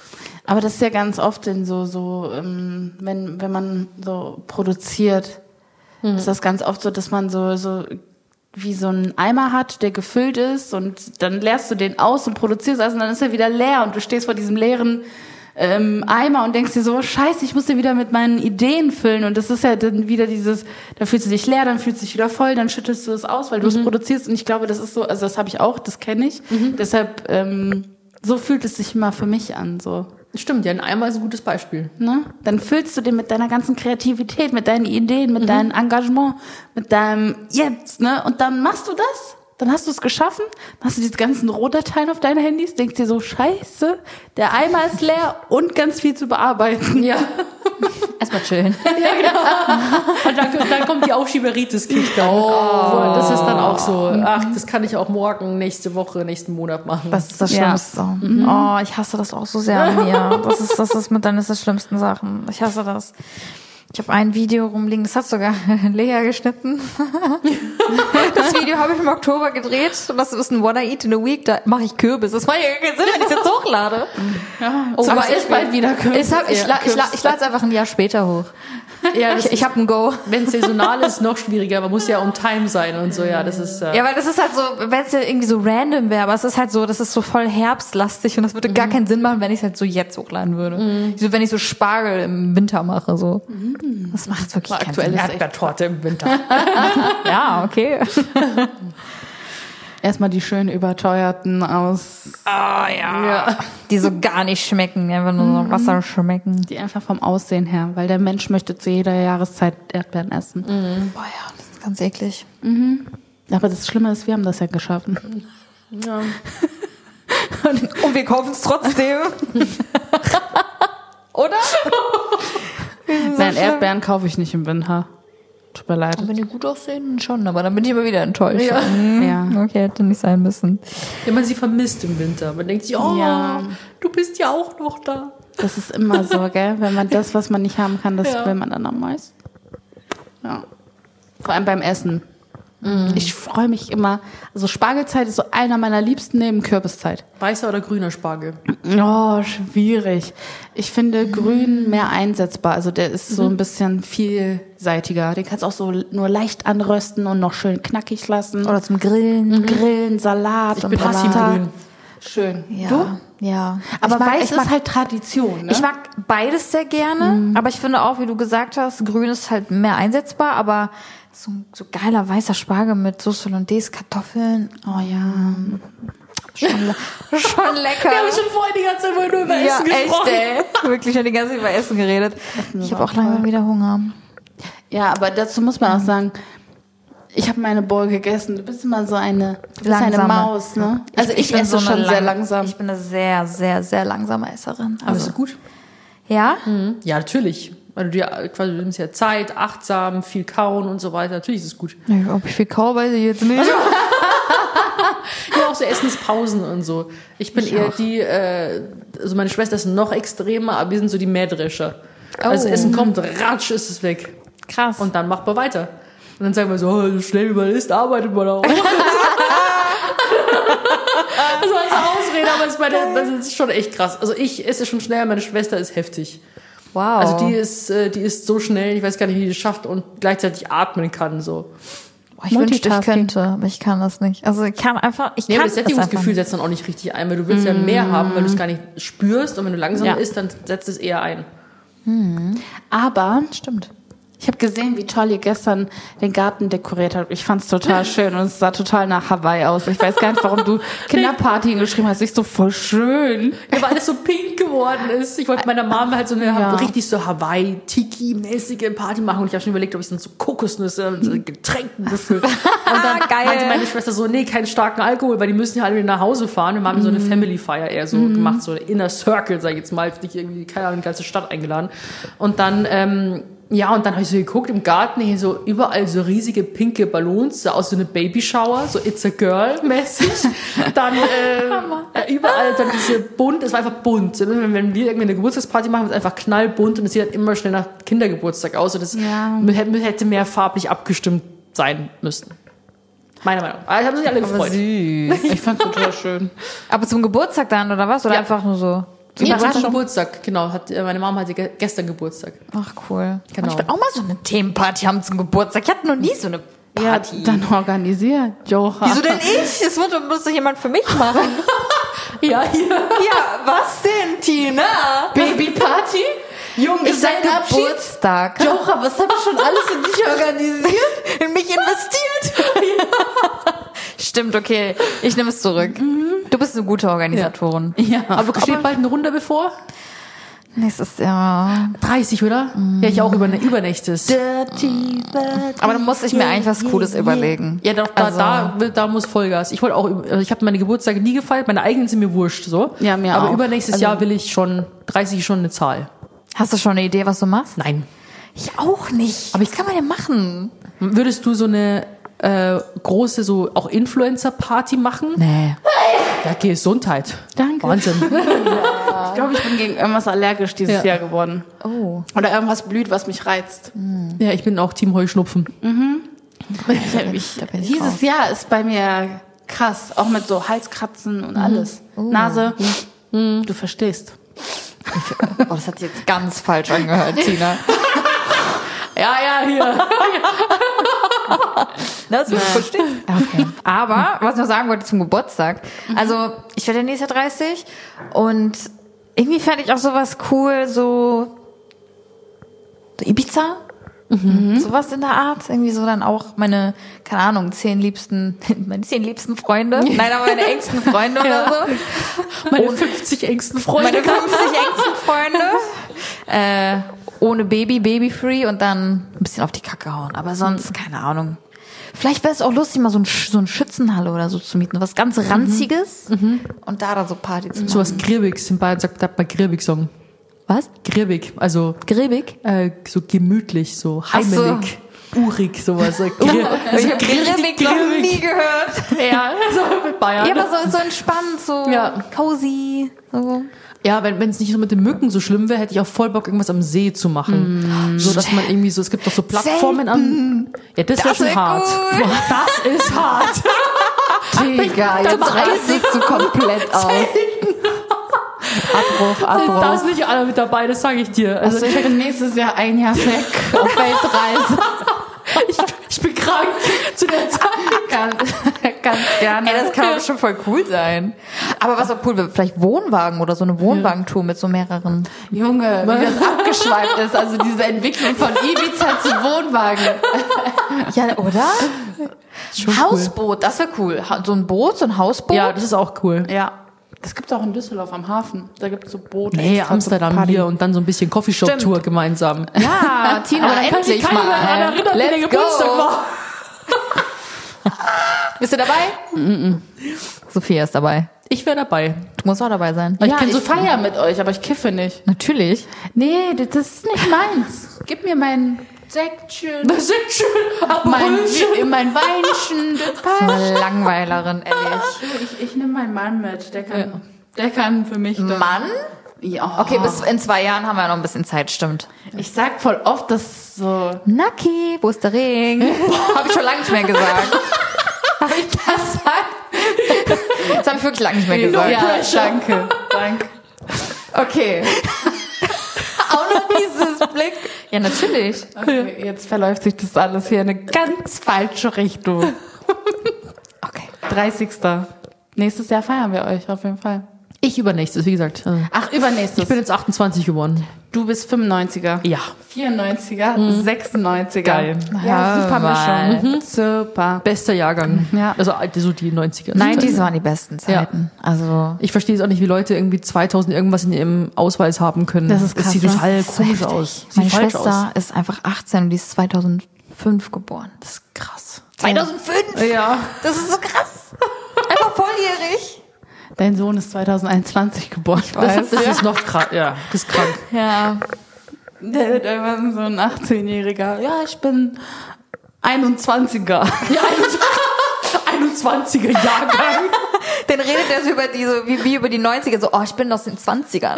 Speaker 1: Aber das ist ja ganz oft in wenn man so produziert, ist das ganz oft so, dass man so wie so einen Eimer hat, der gefüllt ist und dann leerst du den aus und produzierst und dann ist er wieder leer und du stehst vor diesem leeren Eimer und denkst dir so, scheiße, ich muss den wieder mit meinen Ideen füllen und das ist ja dann wieder dann fühlst du dich leer, dann fühlst du dich wieder voll, dann schüttelst du es aus, weil du es produzierst und ich glaube, das ist so, also das habe ich auch, das kenne ich, deshalb so fühlt es sich immer für mich an, so.
Speaker 4: Stimmt, ja, ein Eimer ist ein gutes Beispiel.
Speaker 1: Ne? Dann füllst du den mit deiner ganzen Kreativität, mit deinen Ideen, mit deinem Engagement, mit deinem Jetzt, ne? Und dann machst du das, dann hast du es geschaffen, dann hast du diese ganzen Rohdateien auf deinen Handys, denkst dir so, scheiße, der Eimer ist leer und ganz viel zu bearbeiten.
Speaker 4: Ja.
Speaker 3: Erstmal chillen.
Speaker 4: Ja, genau. Und dann kommt die Aufschieberitis-Kick dann. So, das ist dann auch so, ach, das kann ich auch morgen, nächste Woche, nächsten Monat machen.
Speaker 3: Das ist das Schlimmste. Oh, ich hasse das auch so sehr an mir. Das ist mit eines der schlimmsten Sachen. Ich hasse das. Ich habe ein Video rumliegen, das hat sogar Lea geschnitten. Das Video habe ich im Oktober gedreht und das ist ein What I Eat in a Week, da mache ich Kürbis. Das macht ja keinen Sinn, wenn ich es jetzt hochlade.
Speaker 1: Ja, aber ist bald wieder Kürbis.
Speaker 3: Ich lade es einfach ein Jahr später hoch.
Speaker 4: Ja,
Speaker 3: ich habe ein Go.
Speaker 4: Wenn es saisonal ist, noch schwieriger. Man muss ja on time sein und so, ja, das ist...
Speaker 3: Ja, weil das ist halt so, wenn es ja irgendwie so random wäre, aber es ist halt so, das ist so voll herbstlastig und das würde gar keinen Sinn machen, wenn ich es halt so jetzt hochladen würde. So, wenn ich so Spargel im Winter mache, so. Das macht wirklich keinen Sinn.
Speaker 4: Erdbeertorte im Winter.
Speaker 3: Ja, okay.
Speaker 1: Erstmal die schön überteuerten aus...
Speaker 3: Ja. Die so gar nicht schmecken, einfach nur so Wasser schmecken.
Speaker 1: Die einfach vom Aussehen her, weil der Mensch möchte zu jeder Jahreszeit Erdbeeren essen.
Speaker 3: Boah, ja, das ist ganz eklig.
Speaker 1: Aber das Schlimme ist, wir haben das ja geschaffen.
Speaker 4: Ja.
Speaker 3: Und wir kaufen es trotzdem. Oder?
Speaker 1: Nein, Erdbeeren kaufe ich nicht im Winter. Tut mir leid.
Speaker 3: Wenn die gut aussehen, schon, aber dann bin ich immer wieder enttäuscht.
Speaker 4: Ja.
Speaker 1: Ja.
Speaker 3: Okay, hätte nicht sein müssen.
Speaker 4: Wenn man sie vermisst im Winter. Man denkt sich, oh,
Speaker 1: Ja.
Speaker 4: du bist ja auch noch da.
Speaker 1: Das ist immer so, gell? Wenn man das, was man nicht haben kann, das will man dann am meisten. Ja. Vor allem beim Essen. Ich freue mich immer. Also Spargelzeit ist so einer meiner liebsten neben Kürbiszeit.
Speaker 4: Weißer oder grüner Spargel?
Speaker 1: Oh, schwierig. Ich finde grün mehr einsetzbar. Also der ist so ein bisschen vielseitiger. Den kannst du auch so nur leicht anrösten und noch schön knackig lassen.
Speaker 3: Oder zum Grillen.
Speaker 1: Grillen, Salat
Speaker 4: Ich
Speaker 1: und
Speaker 4: bin
Speaker 1: Pasta.
Speaker 4: Team grün.
Speaker 1: Schön.
Speaker 3: Ja.
Speaker 1: Du?
Speaker 3: Ja.
Speaker 1: Aber weiß
Speaker 3: ich mag
Speaker 1: ist halt Tradition, ne?
Speaker 3: Ich mag beides sehr gerne, aber ich finde auch, wie du gesagt hast, grün ist halt mehr einsetzbar, aber so geiler weißer Spargel mit Sauce Hollandaise, Kartoffeln, oh ja, schon lecker.
Speaker 4: Wir haben schon vorhin die ganze Zeit nur über
Speaker 3: Ja,
Speaker 4: Essen
Speaker 3: echt,
Speaker 4: gesprochen.
Speaker 3: ey. Wirklich schon die ganze Zeit über Essen geredet. Ich habe auch langsam wieder Hunger.
Speaker 1: Ja, aber dazu muss man auch sagen, ich habe meine Bowl gegessen. Du bist immer so eine
Speaker 3: Langsame.
Speaker 1: Maus, ne? Also ich
Speaker 3: bin
Speaker 1: esse
Speaker 3: eine
Speaker 1: schon sehr langsam.
Speaker 3: Ich bin eine sehr, sehr, sehr langsame Esserin.
Speaker 4: Aber ist
Speaker 3: Also,
Speaker 4: doch gut.
Speaker 3: ja?
Speaker 4: Ja, natürlich. Weil du dir quasi, du nimmst ja Zeit, achtsam, viel kauen und so weiter. Natürlich ist es gut.
Speaker 3: Ja, ob ich viel kau, weiß ich jetzt nicht.
Speaker 4: Ja, auch so Essenspausen und so. Ich bin eher die, also meine Schwester ist noch extremer, aber wir sind so die Mähdrescher. Also das Essen kommt, ratsch, ist es weg.
Speaker 3: Krass.
Speaker 4: Und dann macht man weiter. Und dann sagen wir so, oh, so schnell wie man isst, arbeitet man auch. Das war als Ausrede, aber das ist schon echt krass. Also ich esse schon schnell, meine Schwester ist heftig.
Speaker 3: Wow.
Speaker 4: Also die ist so schnell, ich weiß gar nicht, wie die das schafft und gleichzeitig atmen kann, so.
Speaker 3: Boah, ich wünschte, ich
Speaker 1: Multitasking.
Speaker 3: könnte, aber ich kann das nicht. Also ich kann einfach,
Speaker 4: Ja, aber das Sättigungsgefühl setzt dann auch nicht richtig ein, weil du willst ja mehr haben, weil du es gar nicht spürst und wenn du langsam isst, dann setzt es eher ein.
Speaker 1: Aber
Speaker 3: Stimmt.
Speaker 1: ich habe gesehen, wie toll ihr gestern den Garten dekoriert habt. Ich fand's total schön und es sah total nach Hawaii aus. Ich weiß gar nicht, warum du Kinderparty geschrieben hast. Ich so voll schön.
Speaker 4: Ja, weil alles so pink geworden ist. Ich wollte meiner Mama halt so eine
Speaker 1: Ja.
Speaker 4: richtig so Hawaii-Tiki-mäßige Party machen und ich habe schon überlegt, ob ich dann so Kokosnüsse und so Getränken befüllt. Und dann meinte meine Schwester so, nee, keinen starken Alkohol, weil die müssen ja alle wieder nach Hause fahren. Wir haben so eine Family-Feier eher so gemacht, so eine Inner Circle, sag ich jetzt mal, nicht irgendwie, keine Ahnung, die ganze Stadt eingeladen. Und dann, ja, und dann habe ich so geguckt, im Garten hier so überall so riesige pinke Ballons, sah aus so eine Babyshower, so It's a Girl mäßig. Dann überall dann diese bunt, es war einfach bunt. Wenn wir irgendwie eine Geburtstagsparty machen, ist es einfach knallbunt und es sieht halt immer schnell nach Kindergeburtstag aus. Und das hätte mehr farblich abgestimmt sein müssen. Meiner Meinung nach. Also haben sich alle gefreut.
Speaker 1: Ich fand's total schön.
Speaker 3: Aber zum Geburtstag dann, oder was? Oder
Speaker 4: Ja.
Speaker 3: einfach nur so?
Speaker 4: zum Geburtstag, genau. Meine Mama hatte gestern Geburtstag.
Speaker 3: Ach, cool.
Speaker 4: Genau.
Speaker 3: Und ich will auch mal so eine Themenparty haben zum Geburtstag. Ich hatte noch nie so eine Party.
Speaker 1: Ja, dann organisiert, Jocha.
Speaker 3: Wieso denn ich? Das muss doch jemand für mich machen.
Speaker 4: Ja, hier.
Speaker 3: Ja, was denn, Tina?
Speaker 1: Babyparty? Junge,
Speaker 3: Ich sag Geburtstag.
Speaker 1: Jocha, was hab ich schon alles in dich organisiert?
Speaker 3: In mich investiert. Stimmt, okay. Ich nehme es zurück. Du bist eine gute Organisatorin.
Speaker 1: Ja.
Speaker 4: Aber steht bald eine Runde bevor?
Speaker 3: Nächstes Jahr.
Speaker 4: 30, oder? Ja, ich auch übernächstes.
Speaker 3: Aber da muss ich mir eigentlich was Cooles überlegen.
Speaker 4: Ja, doch, da muss Vollgas. Ich habe meine Geburtstage nie gefeiert, meine eigenen sind mir wurscht, so.
Speaker 1: Ja, mir
Speaker 4: Aber
Speaker 1: auch.
Speaker 4: übernächstes Jahr will ich schon, 30 ist schon eine Zahl.
Speaker 3: Hast du schon eine Idee, was du machst?
Speaker 4: Nein.
Speaker 3: Ich auch nicht. Aber was kann man denn machen?
Speaker 4: Würdest du so eine große, so auch Influencer-Party machen?
Speaker 3: Nee.
Speaker 4: Ja, Gesundheit.
Speaker 1: Danke.
Speaker 4: Wahnsinn.
Speaker 1: Ich glaube, ich bin gegen irgendwas allergisch dieses Jahr geworden.
Speaker 3: Oh.
Speaker 1: Oder irgendwas blüht, was mich reizt.
Speaker 4: Ja, ich bin auch Team Heuschnupfen.
Speaker 1: Dieses Jahr ist bei mir krass. Auch mit so Halskratzen und alles. Nase, du verstehst.
Speaker 3: Oh, das hat sich jetzt ganz falsch angehört, Tina.
Speaker 4: Ja, hier.
Speaker 3: Das verstehe ich. Okay. Aber, was ich noch sagen wollte zum Geburtstag. Also, ich werde ja nächstes Jahr 30 und irgendwie fände ich auch sowas cool, so Ibiza. Sowas in der Art. Irgendwie so dann auch meine, keine Ahnung, meine 10 liebsten Freunde. Nein, aber meine engsten Freunde oder so.
Speaker 4: Meine 50 engsten Freunde.
Speaker 3: Meine 50 engsten Freunde. Ohne Baby-free und dann ein bisschen auf die Kacke hauen. Aber sonst, keine Ahnung. Vielleicht wäre es auch lustig, mal so eine Schützenhalle oder so zu mieten. Was ganz Ranziges. Und da so Party zu machen.
Speaker 4: So was Griebigs. In Bayern sagt man Griebig sagen.
Speaker 3: Was?
Speaker 4: Griebig. Also,
Speaker 3: Griebig?
Speaker 4: so gemütlich, so heimelig. Urig, sowas.
Speaker 3: Ich habe Griebig noch nie gehört.
Speaker 4: Ja, so mit Bayern.
Speaker 3: Ja, aber so entspannt, so cozy. So.
Speaker 4: Ja, wenn es nicht so mit den Mücken so schlimm wäre, hätte ich auch voll Bock, irgendwas am See zu machen. So, dass man irgendwie so, es gibt doch so Plattformen am... Ja, das wäre schon hart.
Speaker 3: Gut.
Speaker 4: Das ist hart.
Speaker 3: Digga, jetzt reißt du komplett aus. Abbruch.
Speaker 4: Da ist nicht einer mit dabei, das sage ich dir.
Speaker 1: Also ich bin nächstes Jahr ein Jahr weg auf Weltreise.
Speaker 4: Ich bin krank zu der Zeit.
Speaker 1: Ganz gerne.
Speaker 3: Ey, das kann auch schon voll cool sein. Aber was auch cool wäre, vielleicht Wohnwagen oder so eine Wohnwagentour mit so mehreren.
Speaker 1: Junge, wie das abgeschweift ist. Also diese Entwicklung von Ibiza zu Wohnwagen.
Speaker 3: Ja, oder?
Speaker 4: Schon
Speaker 3: Hausboot, das wäre cool. So ein Boot, so ein Hausboot.
Speaker 4: Ja, das ist auch cool.
Speaker 1: Ja. Das gibt's auch in Düsseldorf am Hafen. Da gibt's so Boote.
Speaker 4: Nee,
Speaker 1: extra
Speaker 4: Amsterdam
Speaker 1: zur Party.
Speaker 4: hier und dann so ein bisschen Coffeeshop-Tour gemeinsam.
Speaker 3: Ja, Tina,
Speaker 4: Aber dann kann sich
Speaker 3: endlich
Speaker 4: keiner mehr daran
Speaker 3: mal.
Speaker 4: erinnern, wie der Geburtstag war.
Speaker 3: Bist du dabei? Sophia ist dabei.
Speaker 4: Ich wäre dabei.
Speaker 3: Du musst auch dabei sein.
Speaker 1: Ja, ich feiere mit euch, aber ich kiffe nicht.
Speaker 3: Natürlich.
Speaker 1: Nee, das ist nicht meins. Gib mir mein Säckchen,
Speaker 4: Das ist schön.
Speaker 1: mein Weinchen. Das passt.
Speaker 3: Langweilerin, ehrlich.
Speaker 1: Ich nehme meinen Mann mit. Der kann für mich dann.
Speaker 3: Mann?
Speaker 1: Ja.
Speaker 3: Okay, bis in 2 Jahren haben wir noch ein bisschen Zeit, stimmt.
Speaker 1: Ich sag voll oft, dass so.
Speaker 3: Naki, wo ist der Ring? Habe ich schon lange nicht mehr gesagt.
Speaker 1: Habe ich das gesagt?
Speaker 3: Das habe ich wirklich lange nicht mehr gesagt.
Speaker 1: Ja, danke.
Speaker 3: Okay. Auch noch dieses Blick. Ja, natürlich.
Speaker 1: Okay, jetzt verläuft sich das alles hier in eine ganz falsche Richtung.
Speaker 3: Okay.
Speaker 1: 30. Nächstes Jahr feiern wir euch auf jeden Fall.
Speaker 4: Ich übernächstes, wie gesagt.
Speaker 1: Ach, übernächstes.
Speaker 4: Ich bin jetzt 28 geworden.
Speaker 1: Du bist 95er.
Speaker 4: Ja.
Speaker 1: 94er, 96er.
Speaker 4: Geil.
Speaker 1: Ja, super
Speaker 3: Mann.
Speaker 1: Mischung. Super.
Speaker 4: Bester Jahrgang.
Speaker 1: Ja.
Speaker 4: Also so die 90er.
Speaker 3: Nein, diese waren die besten Zeiten. Also
Speaker 4: Ich verstehe es auch nicht, wie Leute irgendwie 2000 irgendwas in ihrem Ausweis haben können.
Speaker 1: Das ist krass,
Speaker 4: sieht
Speaker 1: ne?
Speaker 4: total
Speaker 1: Das ist
Speaker 4: komisch aus. Sieht
Speaker 3: meine
Speaker 4: falsch
Speaker 3: Schwester
Speaker 4: aus.
Speaker 3: ist einfach 18 und die ist 2005 geboren.
Speaker 4: Das ist krass.
Speaker 3: 2005?
Speaker 4: Ja.
Speaker 3: Das ist so krass. Einfach volljährig.
Speaker 1: Dein Sohn ist 2021 geboren.
Speaker 4: Das ist noch krass. Ja, das ist krank.
Speaker 3: Ja.
Speaker 1: Der wird irgendwann so ein 18-Jähriger. Ja, ich bin 21er.
Speaker 4: Ja, 21er Jahrgang.
Speaker 3: Dann redet er so über die, so wie über die 90er, so, oh, ich bin aus den 20ern.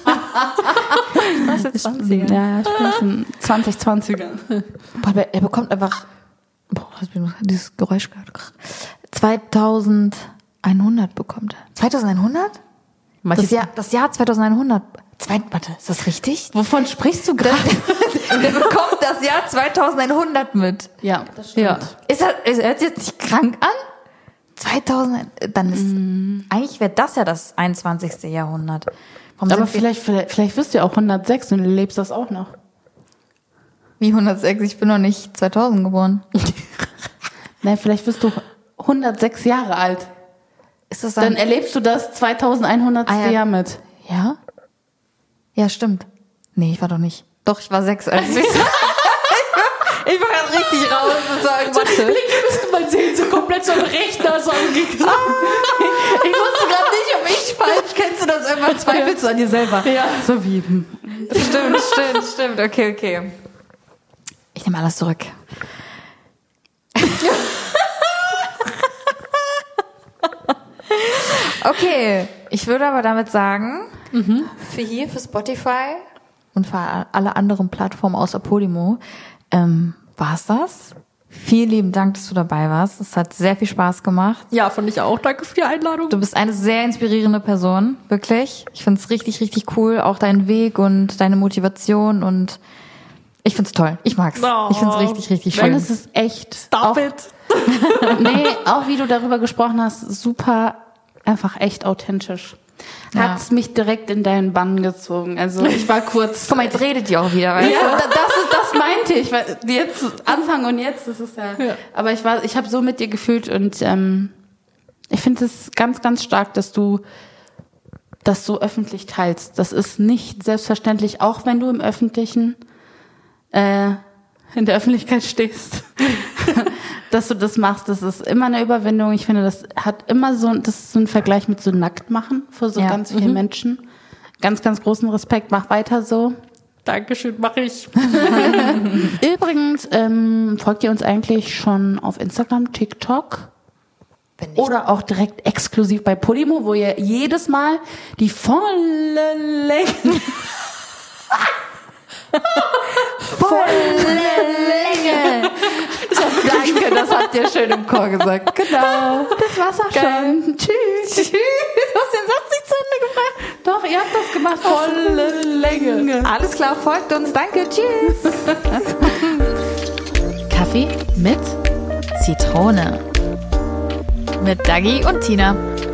Speaker 3: Was ist 20er?
Speaker 1: Ja, ich bin aus den 2020ern.
Speaker 3: Boah, er bekommt einfach, hast du dieses Geräusch gehört? 2100 bekommt er. 2100? Das Jahr 2100. Warte, ist das richtig?
Speaker 1: Wovon sprichst du gerade?
Speaker 3: Der bekommt das Jahr 2100 mit.
Speaker 1: Ja, das stimmt.
Speaker 4: Ja.
Speaker 3: Hört sich jetzt nicht krank an? 2000, dann ist, eigentlich wäre das ja das 21. Jahrhundert. Warum
Speaker 1: Aber
Speaker 3: sind wir-
Speaker 1: vielleicht wirst du ja auch 106 und du lebst das auch noch.
Speaker 3: Wie 106? Ich bin noch nicht 2000 geboren.
Speaker 1: Nein, vielleicht wirst du 106 Jahre alt.
Speaker 3: Ist das
Speaker 1: Dann erlebst du das 2100.
Speaker 3: Ah, ja.
Speaker 1: Jahr mit.
Speaker 3: Ja? Ja, stimmt. Nee, ich war doch nicht. Doch, ich war 6. Also ich war gerade richtig raus. Das war irgendwas.
Speaker 1: Man sieht so komplett so ein Rechner so angegangen. Ich wusste gerade nicht, ob ich falsch. Kennst du das immer? Zweifelst du an dir selber?
Speaker 4: Ja.
Speaker 1: So wie.
Speaker 3: Stimmt. Okay. Ich nehme alles zurück. Okay, ich würde aber damit sagen, für Spotify und für alle anderen Plattformen außer Podimo, war's das. Vielen lieben Dank, dass du dabei warst. Es hat sehr viel Spaß gemacht.
Speaker 4: Ja, fand ich auch. Danke für die Einladung.
Speaker 3: Du bist eine sehr inspirierende Person, wirklich. Ich finde es richtig, richtig cool, auch dein Weg und deine Motivation und ich find's toll. Ich mag's.
Speaker 4: Oh,
Speaker 3: Ich find's richtig, richtig
Speaker 1: Weil
Speaker 3: schön.
Speaker 1: es ist echt.
Speaker 4: Stop it.
Speaker 1: Nee, auch wie du darüber gesprochen hast, super, einfach echt authentisch. Hat's mich direkt in deinen Bann gezogen. Also ich war kurz.
Speaker 3: Guck mal, jetzt redet die auch wieder, weißt du?
Speaker 1: Ja, das meinte ich. Weil jetzt Anfang und jetzt, das ist ja. Aber ich habe so mit dir gefühlt und ich finde es ganz, ganz stark, dass du das so öffentlich teilst. Das ist nicht selbstverständlich, auch wenn du im Öffentlichen in der Öffentlichkeit stehst, dass du das machst. Das ist immer eine Überwindung. Ich finde, das hat immer das ist so ein Vergleich mit so Nacktmachen vor so ganz vielen Menschen. Ganz, ganz großen Respekt. Mach weiter so.
Speaker 4: Dankeschön, mache ich.
Speaker 1: Übrigens, folgt ihr uns eigentlich schon auf Instagram, TikTok?
Speaker 3: Wenn nicht,
Speaker 1: Oder auch direkt exklusiv bei Podimo, wo ihr jedes Mal die volle Länge Danke, das habt ihr schön im Chor gesagt. Genau. Das war's auch schon. Tschüss.
Speaker 3: du hast den Satz nicht zu Ende gebracht.
Speaker 1: Doch, ihr habt das gemacht. Volle Länge.
Speaker 3: Alles klar, folgt uns. Danke, tschüss.
Speaker 2: Kaffee mit Zitrone. Mit Dagi und Tina.